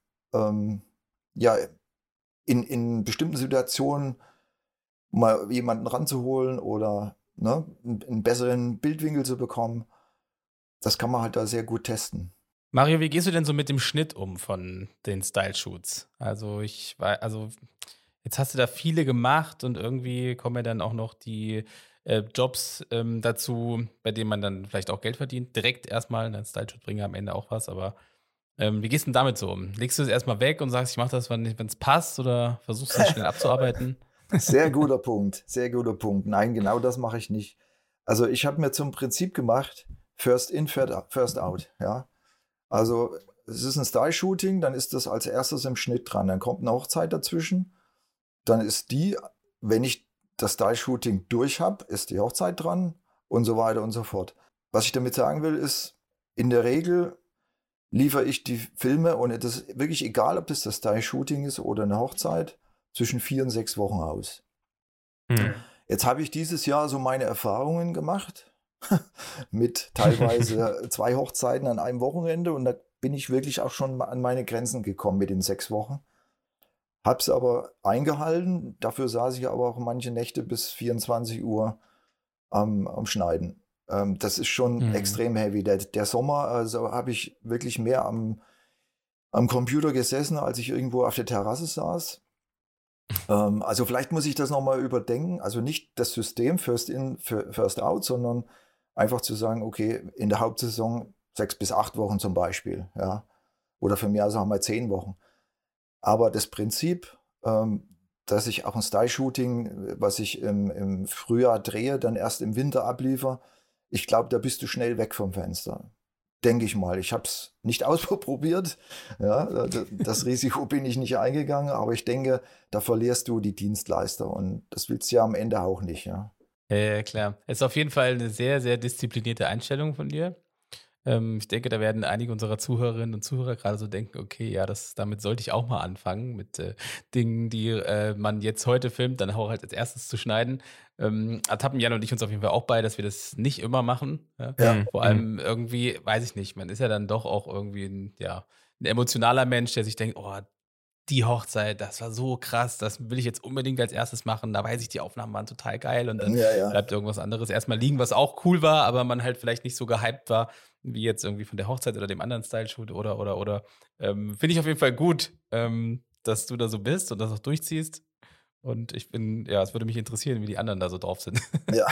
in bestimmten Situationen mal jemanden ranzuholen oder einen besseren Bildwinkel zu bekommen. Das kann man halt da sehr gut testen. Mario, wie gehst du denn so mit dem Schnitt um von den Style-Shoots? Also jetzt hast du da viele gemacht und irgendwie kommen ja dann auch noch die Jobs dazu, bei denen man dann vielleicht auch Geld verdient. Direkt erstmal, ein Style-Shoot bringt am Ende auch was, aber wie gehst du denn damit so um? Legst du es erstmal weg und sagst, ich mache das, wenn es passt, oder versuchst du es schnell abzuarbeiten? Sehr guter Punkt, sehr guter Punkt. Nein, genau das mache ich nicht. Also ich habe mir zum Prinzip gemacht, first in, first out. Ja? Also es ist ein Style-Shooting, dann ist das als erstes im Schnitt dran. Dann kommt eine Hochzeit dazwischen. Dann ist wenn ich das Style-Shooting durch habe, ist die Hochzeit dran und so weiter und so fort. Was ich damit sagen will, ist, in der Regel liefere ich die Filme, und es ist wirklich egal, ob das Style-Shooting ist oder eine Hochzeit, zwischen 4 und 6 Wochen aus. Jetzt habe ich dieses Jahr so meine Erfahrungen gemacht mit teilweise 2 Hochzeiten an einem Wochenende, und da bin ich wirklich auch schon an meine Grenzen gekommen mit den 6 Wochen. Hab's aber eingehalten. Dafür saß ich aber auch manche Nächte bis 24 Uhr am Schneiden. Das ist schon extrem heavy. Der Sommer, also habe ich wirklich mehr am Computer gesessen, als ich irgendwo auf der Terrasse saß. Also vielleicht muss ich das nochmal überdenken. Also nicht das System First in, First out, sondern einfach zu sagen, okay, in der Hauptsaison 6 bis 8 Wochen zum Beispiel. Ja. Oder für mich sagen wir 10 Wochen. Aber das Prinzip, dass ich auch ein Style-Shooting, was ich im Frühjahr drehe, dann erst im Winter abliefere, ich glaube, da bist du schnell weg vom Fenster. Denke ich mal. Ich habe es nicht ausprobiert. Ja, das Risiko bin ich nicht eingegangen, aber ich denke, da verlierst du die Dienstleister und das willst du ja am Ende auch nicht. Ja, Ja, klar. Es ist auf jeden Fall eine sehr, sehr disziplinierte Einstellung von dir. Ich denke, da werden einige unserer Zuhörerinnen und Zuhörer gerade so denken, okay, ja, damit sollte ich auch mal anfangen, mit Dingen, die man jetzt heute filmt, dann auch halt als erstes zu schneiden. Ertappen Jan und ich uns auf jeden Fall auch bei, dass wir das nicht immer machen. Ja? ja, Vor allem irgendwie, weiß ich nicht, man ist ja dann doch auch irgendwie ein emotionaler Mensch, der sich denkt, oh, die Hochzeit, das war so krass, das will ich jetzt unbedingt als erstes machen. Da weiß ich, die Aufnahmen waren total geil und dann ja, ja. bleibt irgendwas anderes erstmal liegen, was auch cool war, aber man halt vielleicht nicht so gehypt war, wie jetzt irgendwie von der Hochzeit oder dem anderen Style-Shoot oder. Finde ich auf jeden Fall gut, dass du da so bist und das auch durchziehst. Und ich bin, ja, es würde mich interessieren, wie die anderen da so drauf sind. Ja.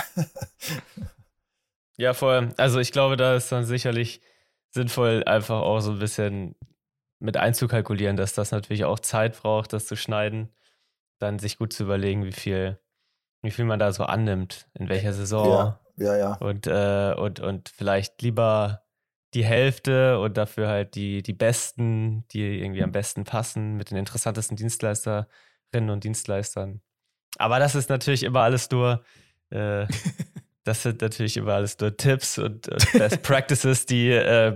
Ja, voll. Also ich glaube, da ist dann sicherlich sinnvoll, einfach auch so ein bisschen mit einzukalkulieren, dass das natürlich auch Zeit braucht, das zu schneiden. Dann sich gut zu überlegen, wie viel man da so annimmt, in welcher Saison. Ja. Und vielleicht lieber die Hälfte und dafür halt die Besten, die irgendwie am besten passen, mit den interessantesten Dienstleisterinnen und Dienstleistern. Aber das ist natürlich immer alles nur das sind natürlich immer alles nur Tipps und Best Practices, die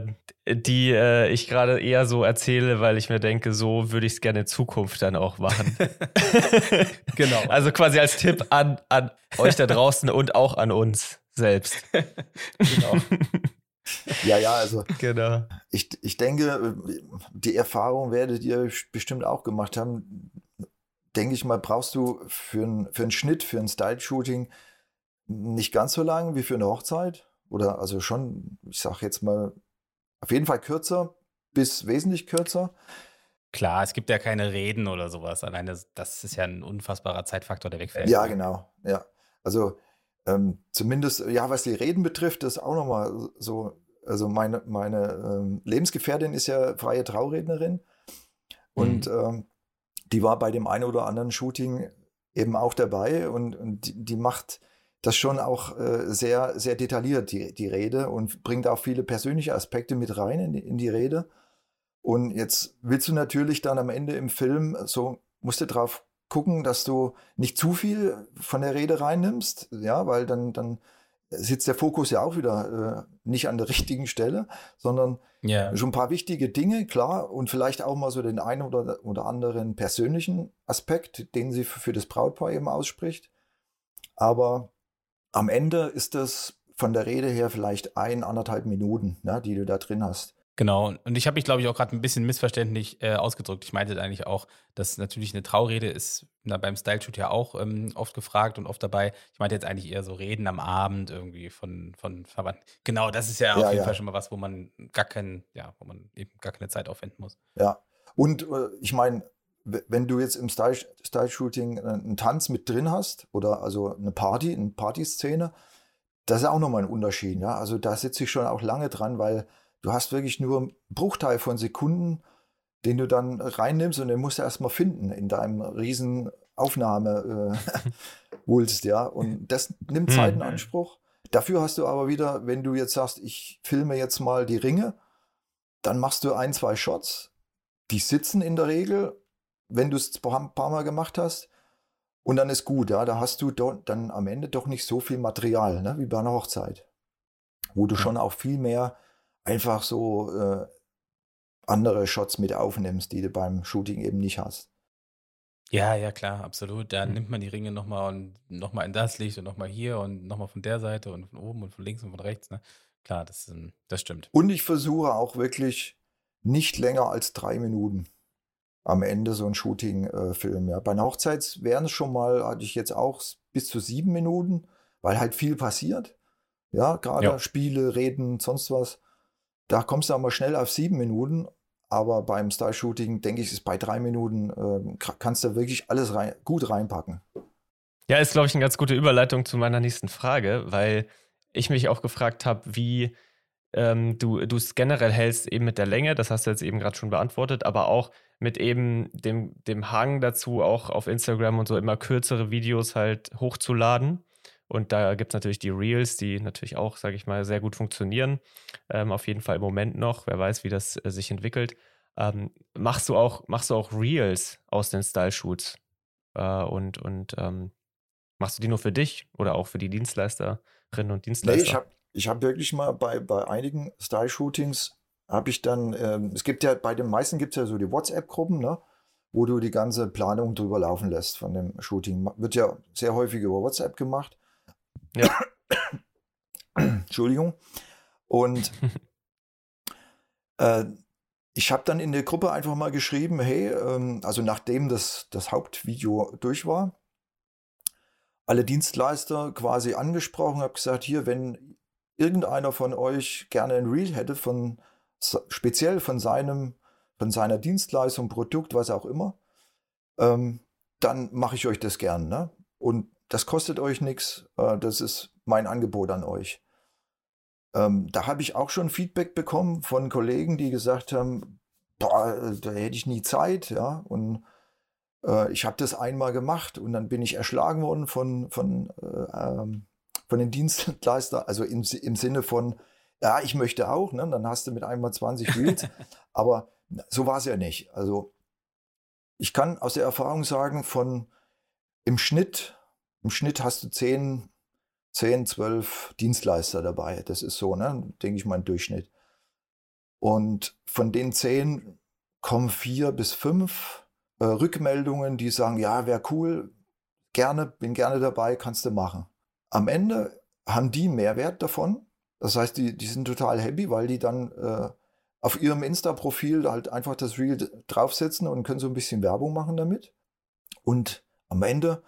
ich gerade eher so erzähle, weil ich mir denke, so würde ich es gerne in Zukunft dann auch machen. Genau. Also quasi als Tipp an euch da draußen und auch an uns selbst. Genau. Ja, also Genau. ich denke, die Erfahrung werdet ihr bestimmt auch gemacht haben. Denke ich mal, brauchst du für einen Schnitt, für ein Style-Shooting nicht ganz so lang wie für eine Hochzeit. Oder also schon, ich sag jetzt mal, auf jeden Fall kürzer bis wesentlich kürzer. Klar, es gibt ja keine Reden oder sowas. Alleine das ist ja ein unfassbarer Zeitfaktor, der wegfällt. Ja, genau. Ja. Also zumindest, ja, was die Reden betrifft, das ist auch nochmal so. Also meine Lebensgefährtin ist ja freie Traurednerin und die war bei dem einen oder anderen Shooting eben auch dabei und die macht das schon auch sehr, sehr detailliert, die Rede, und bringt auch viele persönliche Aspekte mit rein in die Rede. Und jetzt willst du natürlich dann am Ende im Film, so musst du drauf gucken, dass du nicht zu viel von der Rede reinnimmst, ja, weil dann sitzt der Fokus ja auch wieder nicht an der richtigen Stelle, sondern schon ein paar wichtige Dinge, klar, und vielleicht auch mal so den einen oder anderen persönlichen Aspekt, den sie für das Brautpaar eben ausspricht. Aber am Ende ist das von der Rede her vielleicht 1,5 Minuten, ne, die du da drin hast. Genau, und ich habe mich, glaube ich, auch gerade ein bisschen missverständlich ausgedrückt. Ich meinte eigentlich auch, dass natürlich eine Traurede ist beim Style-Shoot ja auch oft gefragt und oft dabei. Ich meinte jetzt eigentlich eher so Reden am Abend irgendwie von Verwandten. Genau, das ist ja auf jeden Fall schon mal was, wo man eben gar keine Zeit aufwenden muss. Ja, und ich meine, wenn du jetzt im Style-Shooting einen Tanz mit drin hast oder also eine Partyszene, das ist auch nochmal ein Unterschied. Ja? Also da sitze ich schon auch lange dran, weil du hast wirklich nur einen Bruchteil von Sekunden, den du dann reinnimmst, und den musst du erstmal finden in deinem riesen Aufnahmewulst, ja. Und das nimmt Zeit in Anspruch. Dafür hast du aber wieder, wenn du jetzt sagst, ich filme jetzt mal die Ringe, dann machst du 1, 2 Shots, die sitzen in der Regel, wenn du es ein paar Mal gemacht hast, und dann ist gut, ja. Da hast du dann am Ende doch nicht so viel Material, ne, wie bei einer Hochzeit, wo du schon auch viel mehr einfach so andere Shots mit aufnimmst, die du beim Shooting eben nicht hast. Ja, klar, absolut. Da nimmt man die Ringe nochmal und nochmal in das Licht und nochmal hier und nochmal von der Seite und von oben und von links und von rechts. Ne? Klar, das stimmt. Und ich versuche auch wirklich nicht länger als 3 Minuten. am Ende so ein Shooting-Film. Ja. Bei einer Hochzeit wären es schon mal, hatte ich jetzt auch bis zu 7 Minuten, weil halt viel passiert. Ja, gerade Spiele, Reden, sonst was. Da kommst du auch mal schnell auf 7 Minuten. Aber beim Style-Shooting, denke ich, ist bei 3 Minuten, kannst du wirklich alles gut reinpacken. Ja, ist, glaube ich, eine ganz gute Überleitung zu meiner nächsten Frage, weil ich mich auch gefragt habe, wie du es generell hältst, eben mit der Länge, das hast du jetzt eben gerade schon beantwortet, aber auch mit eben dem Hang dazu, auch auf Instagram und so immer kürzere Videos halt hochzuladen. Und da gibt es natürlich die Reels, die natürlich auch, sage ich mal, sehr gut funktionieren. Auf jeden Fall im Moment noch. Wer weiß, wie das sich entwickelt. Machst du auch Reels aus den Style-Shoots? Und machst du die nur für dich oder auch für die Dienstleisterinnen und Dienstleister? Nee, ich hab wirklich mal bei einigen Style-Shootings habe ich dann, es gibt ja, bei den meisten gibt es ja so die WhatsApp-Gruppen, ne, wo du die ganze Planung drüber laufen lässt von dem Shooting. Wird ja sehr häufig über WhatsApp gemacht. Ja. Entschuldigung. Und ich habe dann in der Gruppe einfach mal geschrieben, hey, also nachdem das Hauptvideo durch war, alle Dienstleister quasi angesprochen, habe gesagt, hier, wenn irgendeiner von euch gerne ein Reel hätte, speziell von seiner Dienstleistung, Produkt, was auch immer, dann mache ich euch das gern. Ne? Und das kostet euch nichts, das ist mein Angebot an euch. Da habe ich auch schon Feedback bekommen von Kollegen, die gesagt haben, boah, da hätte ich nie Zeit, ja, und ich habe das einmal gemacht und dann bin ich erschlagen worden von den Dienstleistern, also im Sinne von, ja, ich möchte auch, ne? Dann hast du mit einmal 20 Reels, aber so war es ja nicht. Also ich kann aus der Erfahrung sagen, im Schnitt hast du 10, 12 Dienstleister dabei. Das ist so, ne? Denke ich mal, ein Durchschnitt. Und von den 10 kommen 4 bis 5 Rückmeldungen, die sagen, ja, wäre cool, bin gerne dabei, kannst du machen. Am Ende haben die Mehrwert davon. Das heißt, die sind total happy, weil die dann auf ihrem Insta-Profil halt einfach das Reel draufsetzen und können so ein bisschen Werbung machen damit. Und am Ende,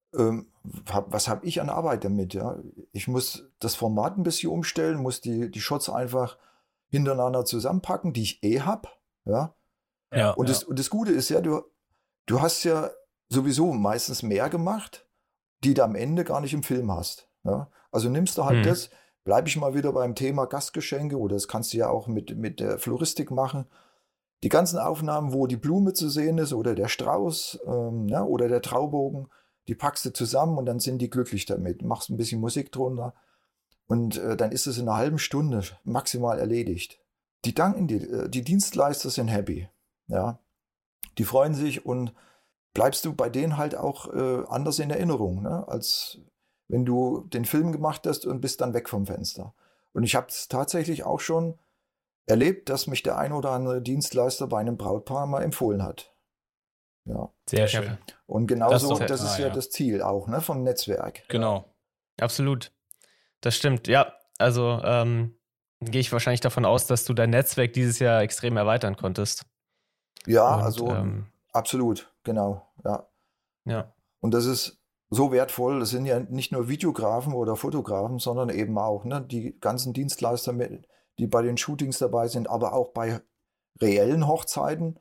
was habe ich an Arbeit damit? Ja? Ich muss das Format ein bisschen umstellen, muss die Shots einfach hintereinander zusammenpacken, die ich habe. Ja? Und das Gute ist ja, du hast ja sowieso meistens mehr gemacht, die du am Ende gar nicht im Film hast. Ja? Also nimmst du halt das, bleibe ich mal wieder beim Thema Gastgeschenke, oder das kannst du ja auch mit der Floristik machen. Die ganzen Aufnahmen, wo die Blume zu sehen ist oder der Strauß oder der Traubogen, die packst du zusammen und dann sind die glücklich damit. Machst ein bisschen Musik drunter und dann ist es in einer halben Stunde maximal erledigt. Die danken dir, die Dienstleister sind happy. Ja? Die freuen sich und bleibst du bei denen halt auch anders in Erinnerung, ne? Als wenn du den Film gemacht hast und bist dann weg vom Fenster. Und ich habe es tatsächlich auch schon erlebt, dass mich der ein oder andere Dienstleister bei einem Brautpaar mal empfohlen hat. Ja. Sehr schön. Und genauso, das ist ja das Ziel auch, ne, vom Netzwerk. Genau. Absolut. Das stimmt, ja. Also gehe ich wahrscheinlich davon aus, dass du dein Netzwerk dieses Jahr extrem erweitern konntest. Ja, also absolut, genau, ja. Ja. Und das ist so wertvoll. Das sind ja nicht nur Videografen oder Fotografen, sondern eben auch, ne, die ganzen Dienstleister, die bei den Shootings dabei sind, aber auch bei reellen Hochzeiten.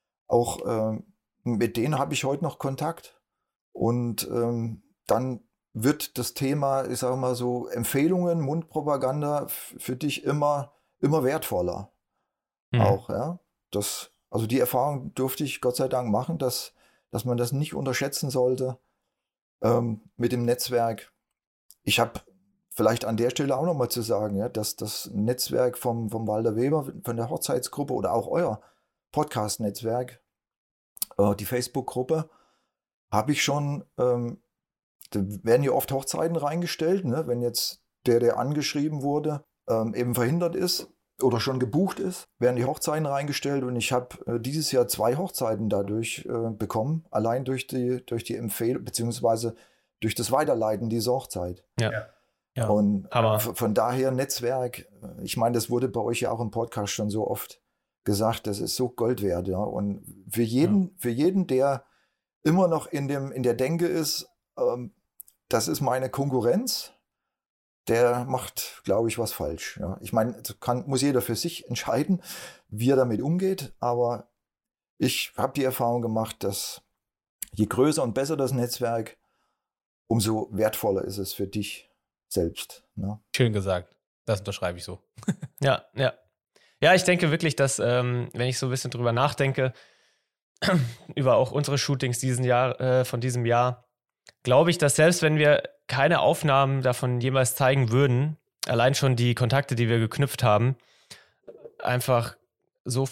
Auch mit denen habe ich heute noch Kontakt. Und dann wird das Thema, ich sage mal so, Empfehlungen, Mundpropaganda für dich immer wertvoller. Auch, ja. Also die Erfahrung durfte ich Gott sei Dank machen, dass man das nicht unterschätzen sollte mit dem Netzwerk. Ich habe vielleicht an der Stelle auch nochmal zu sagen, ja, dass das Netzwerk vom Walter Weber, von der Hochzeitsgruppe oder auch euer Podcast-Netzwerk, die Facebook-Gruppe, habe ich schon, da werden ja oft Hochzeiten reingestellt, ne, wenn jetzt der angeschrieben wurde, eben verhindert ist oder schon gebucht ist, werden die Hochzeiten reingestellt und ich habe dieses Jahr 2 Hochzeiten dadurch bekommen, allein durch die Empfehlung, beziehungsweise durch das Weiterleiten dieser Hochzeit. Ja. Und von daher Netzwerk, ich meine, das wurde bei euch ja auch im Podcast schon so oft gesagt, das ist so Gold wert. Ja. Und für jeden, der immer noch in der Denke ist, das ist meine Konkurrenz, der macht, glaube ich, was falsch. Ja. Ich meine, muss jeder für sich entscheiden, wie er damit umgeht. Aber ich habe die Erfahrung gemacht, dass je größer und besser das Netzwerk, umso wertvoller ist es für dich selbst. Ne? Schön gesagt. Das unterschreibe ich so. Ja, ja. Ja, ich denke wirklich, dass, wenn ich so ein bisschen drüber nachdenke, über auch unsere Shootings von diesem Jahr, glaube ich, dass selbst wenn wir keine Aufnahmen davon jemals zeigen würden, allein schon die Kontakte, die wir geknüpft haben, einfach so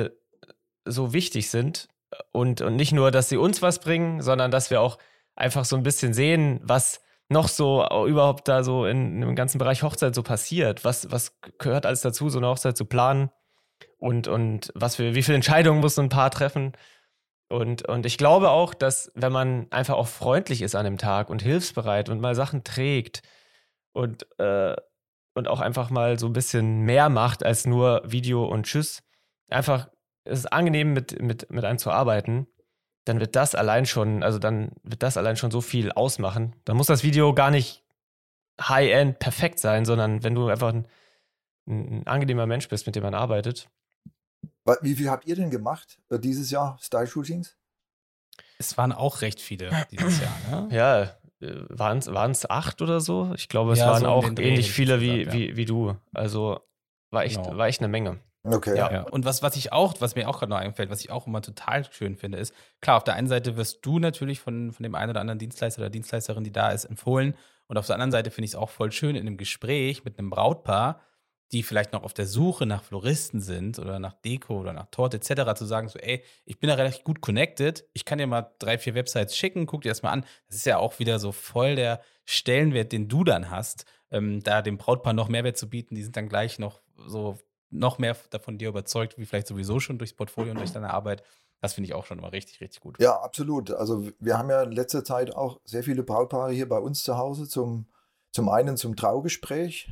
wichtig sind und nicht nur, dass sie uns was bringen, sondern dass wir auch einfach so ein bisschen sehen, was noch so überhaupt da so in dem ganzen Bereich Hochzeit so passiert. Was gehört alles dazu, so eine Hochzeit zu planen und wie viele Entscheidungen muss so ein Paar treffen. Und ich glaube auch, dass wenn man einfach auch freundlich ist an dem Tag und hilfsbereit und mal Sachen trägt und auch einfach mal so ein bisschen mehr macht als nur Video und Tschüss, einfach es ist angenehm mit einem zu arbeiten, dann wird das allein schon so viel ausmachen. Dann muss das Video gar nicht High-End perfekt sein, sondern wenn du einfach ein angenehmer Mensch bist, mit dem man arbeitet. Wie viel habt ihr denn gemacht dieses Jahr, Style-Shootings? Es waren auch recht viele dieses Jahr, ne? Ja, waren es 8 oder so? Ich glaube, es Ja, waren so um auch den Dreh, ähnlich hätte ich viele gesagt, wie du. Also war echt eine Menge. Okay. Ja. Und was mir auch gerade noch einfällt, was ich auch immer total schön finde, ist, klar, auf der einen Seite wirst du natürlich von dem einen oder anderen Dienstleister oder Dienstleisterin, die da ist, empfohlen. Und auf der anderen Seite finde ich es auch voll schön, in einem Gespräch mit einem Brautpaar, die vielleicht noch auf der Suche nach Floristen sind oder nach Deko oder nach Torte etc., zu sagen, so, ey, ich bin da relativ gut connected, ich kann dir mal 3, 4 Websites schicken, guck dir das mal an. Das ist ja auch wieder so voll der Stellenwert, den du dann hast, da dem Brautpaar noch Mehrwert zu bieten. Die sind dann gleich noch mehr davon dir überzeugt, wie vielleicht sowieso schon durchs Portfolio und durch deine Arbeit. Das finde ich auch schon immer richtig, richtig gut. Ja, absolut. Also wir haben ja in letzter Zeit auch sehr viele Brautpaare hier bei uns zu Hause zum einen zum Traugespräch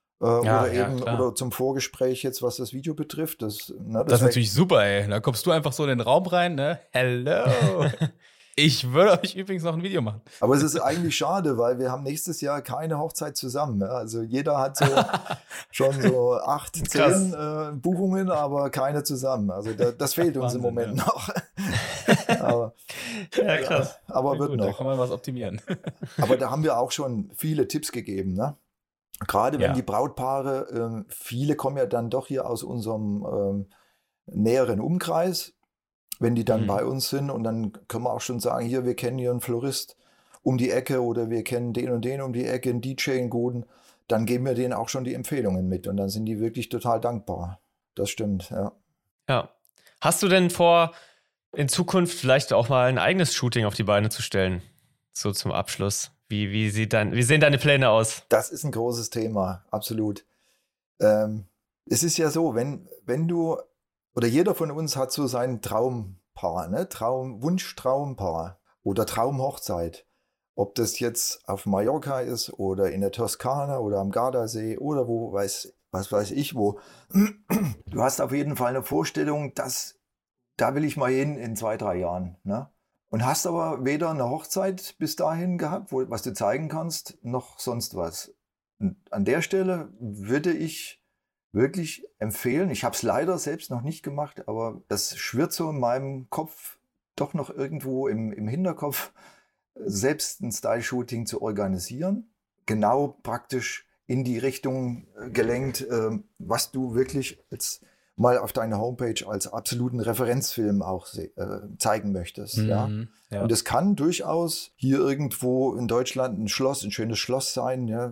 oder zum Vorgespräch jetzt, was das Video betrifft. Das ist natürlich super, ey. Da kommst du einfach so in den Raum rein, ne? Hello. Ich würde euch übrigens noch ein Video machen. Aber es ist eigentlich schade, weil wir haben nächstes Jahr keine Hochzeit zusammen. Ja? Also jeder hat schon so 8, 10 Buchungen, aber keine zusammen. Also das fehlt uns im Moment noch. Aber, ja, krass. Aber wird noch. Da kann man was optimieren. Aber da haben wir auch schon viele Tipps gegeben, ne? Gerade wenn die Brautpaare, viele kommen ja dann doch hier aus unserem näheren Umkreis, wenn die dann bei uns sind, und dann können wir auch schon sagen, hier, wir kennen hier einen Florist um die Ecke oder wir kennen den und den um die Ecke, einen DJ, einen guten, dann geben wir denen auch schon die Empfehlungen mit und dann sind die wirklich total dankbar. Das stimmt, ja. Ja. Hast du denn vor, in Zukunft vielleicht auch mal ein eigenes Shooting auf die Beine zu stellen? So zum Abschluss. Wie sehen deine Pläne aus? Das ist ein großes Thema, absolut. Es ist ja so, wenn du, oder jeder von uns hat so sein Traumpaar, ne? Wunsch-Traumpaar oder Traumhochzeit. Ob das jetzt auf Mallorca ist oder in der Toskana oder am Gardasee oder was weiß ich wo. Du hast auf jeden Fall eine Vorstellung, da will ich mal hin in 2, 3 Jahren, ne? Und hast aber weder eine Hochzeit bis dahin gehabt, was du zeigen kannst, noch sonst was. Und an der Stelle würde ich wirklich empfehlen, ich habe es leider selbst noch nicht gemacht, aber das schwirrt so in meinem Kopf doch noch irgendwo im Hinterkopf, selbst ein Style-Shooting zu organisieren. Genau praktisch in die Richtung gelenkt, was du wirklich jetzt mal auf deiner Homepage als absoluten Referenzfilm auch zeigen möchtest. Ja? Und es kann durchaus hier irgendwo in Deutschland ein schönes Schloss sein, ja,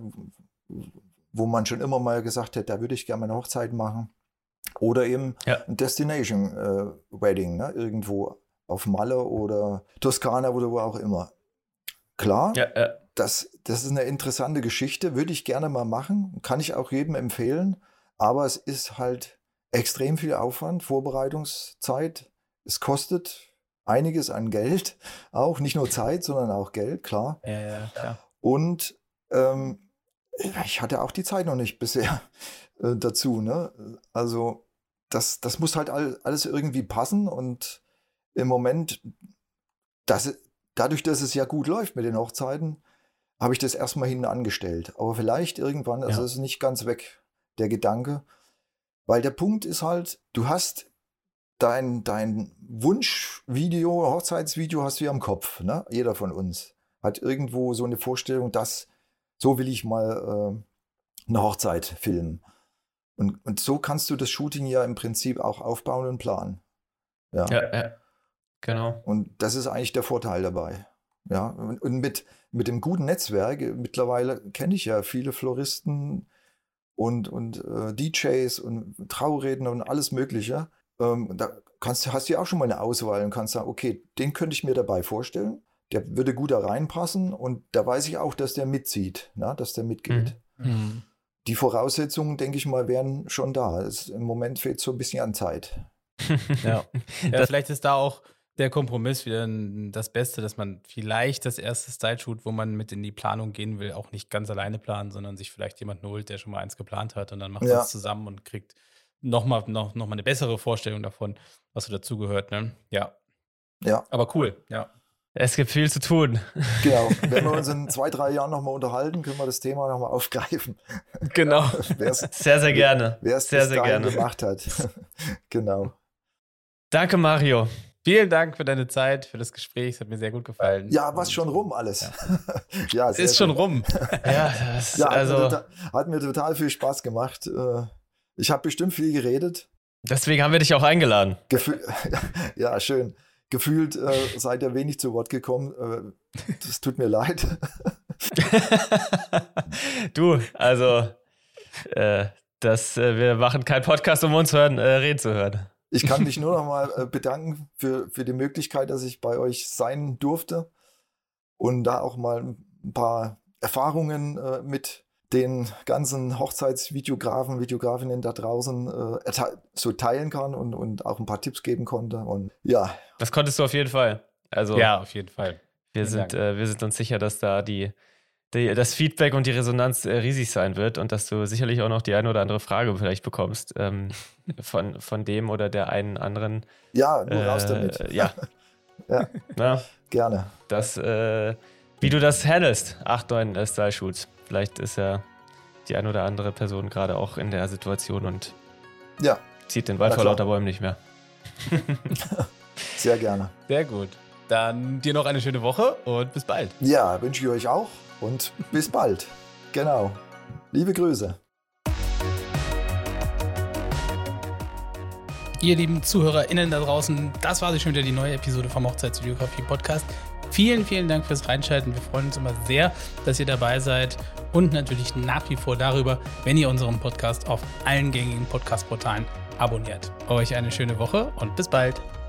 wo man schon immer mal gesagt hat, da würde ich gerne mal eine Hochzeit machen. Oder eben ein Destination Wedding, ne? Irgendwo auf Malle oder Toskana oder wo auch immer. Klar, das ist eine interessante Geschichte, würde ich gerne mal machen, kann ich auch jedem empfehlen, aber es ist halt extrem viel Aufwand, Vorbereitungszeit. Es kostet einiges an Geld, auch nicht nur Zeit, sondern auch Geld, klar. Ja, klar. Und ich hatte auch die Zeit noch nicht bisher dazu, ne? Also das muss halt alles irgendwie passen und im Moment, dadurch, dass es ja gut läuft mit den Hochzeiten, habe ich das erstmal hinten angestellt. Aber vielleicht irgendwann, also ist es nicht ganz weg, der Gedanke. Weil der Punkt ist halt, du hast dein Wunschvideo, Hochzeitsvideo hast du ja im Kopf, ne? Jeder von uns hat irgendwo so eine Vorstellung, so will ich mal eine Hochzeit filmen. Und so kannst du das Shooting ja im Prinzip auch aufbauen und planen. Ja, genau. Und das ist eigentlich der Vorteil dabei. Ja, und mit dem guten Netzwerk, mittlerweile kenne ich ja viele Floristen und DJs und Trauredner und alles Mögliche. Da hast du ja auch schon mal eine Auswahl und kannst sagen, okay, den könnte ich mir dabei vorstellen. Der würde gut da reinpassen und da weiß ich auch, dass der mitzieht, dass der mitgeht. Mhm. Die Voraussetzungen, denke ich mal, wären schon da. Im Moment fehlt so ein bisschen an Zeit. Ja, vielleicht ist da auch der Kompromiss wieder das Beste, dass man vielleicht das erste Style-Shoot, wo man mit in die Planung gehen will, auch nicht ganz alleine planen, sondern sich vielleicht jemanden holt, der schon mal eins geplant hat und dann macht man es zusammen und kriegt noch mal eine bessere Vorstellung davon, was so dazugehört. Ne? Ja. Aber cool, ja. Es gibt viel zu tun. Genau. Wenn wir uns in 2-3 Jahren nochmal unterhalten, können wir das Thema nochmal aufgreifen. Genau. Sehr, sehr gerne. Wer es bis dahin gemacht hat. Genau. Danke, Mario. Vielen Dank für deine Zeit, für das Gespräch. Es hat mir sehr gut gefallen. Ja, was schon rum alles. Ja, es ist schon rum. Hat mir total viel Spaß gemacht. Ich habe bestimmt viel geredet. Deswegen haben wir dich auch eingeladen. Ja, schön. Gefühlt seid ihr wenig zu Wort gekommen. Das tut mir leid. Du, also wir machen keinen Podcast, um uns reden zu hören. Ich kann mich nur noch mal bedanken für die Möglichkeit, dass ich bei euch sein durfte und da auch mal ein paar Erfahrungen mit den ganzen Hochzeitsvideografen, Videografinnen da draußen so teilen kann und auch ein paar Tipps geben konnte. Und ja. Das konntest du auf jeden Fall. Also, ja, auf jeden Fall. Wir sind uns sicher, dass da das Feedback und die Resonanz riesig sein wird und dass du sicherlich auch noch die eine oder andere Frage vielleicht bekommst von dem oder der einen anderen. Ja, nur raus damit. Ja. Ja. Gerne. Wie du das handelst, 8-9 Style-Shoots. Vielleicht ist ja die eine oder andere Person gerade auch in der Situation und zieht den Wald vor lauter Bäumen nicht mehr. Sehr gerne. Sehr gut. Dann dir noch eine schöne Woche und bis bald. Ja, wünsche ich euch auch und bis bald. Genau. Liebe Grüße. Ihr lieben ZuhörerInnen da draußen, das war schon wieder die neue Episode vom Hochzeitsvideografie-Podcast. Vielen, vielen Dank fürs Reinschalten. Wir freuen uns immer sehr, dass ihr dabei seid und natürlich nach wie vor darüber, wenn ihr unseren Podcast auf allen gängigen Podcast-Portalen abonniert. Euch eine schöne Woche und bis bald.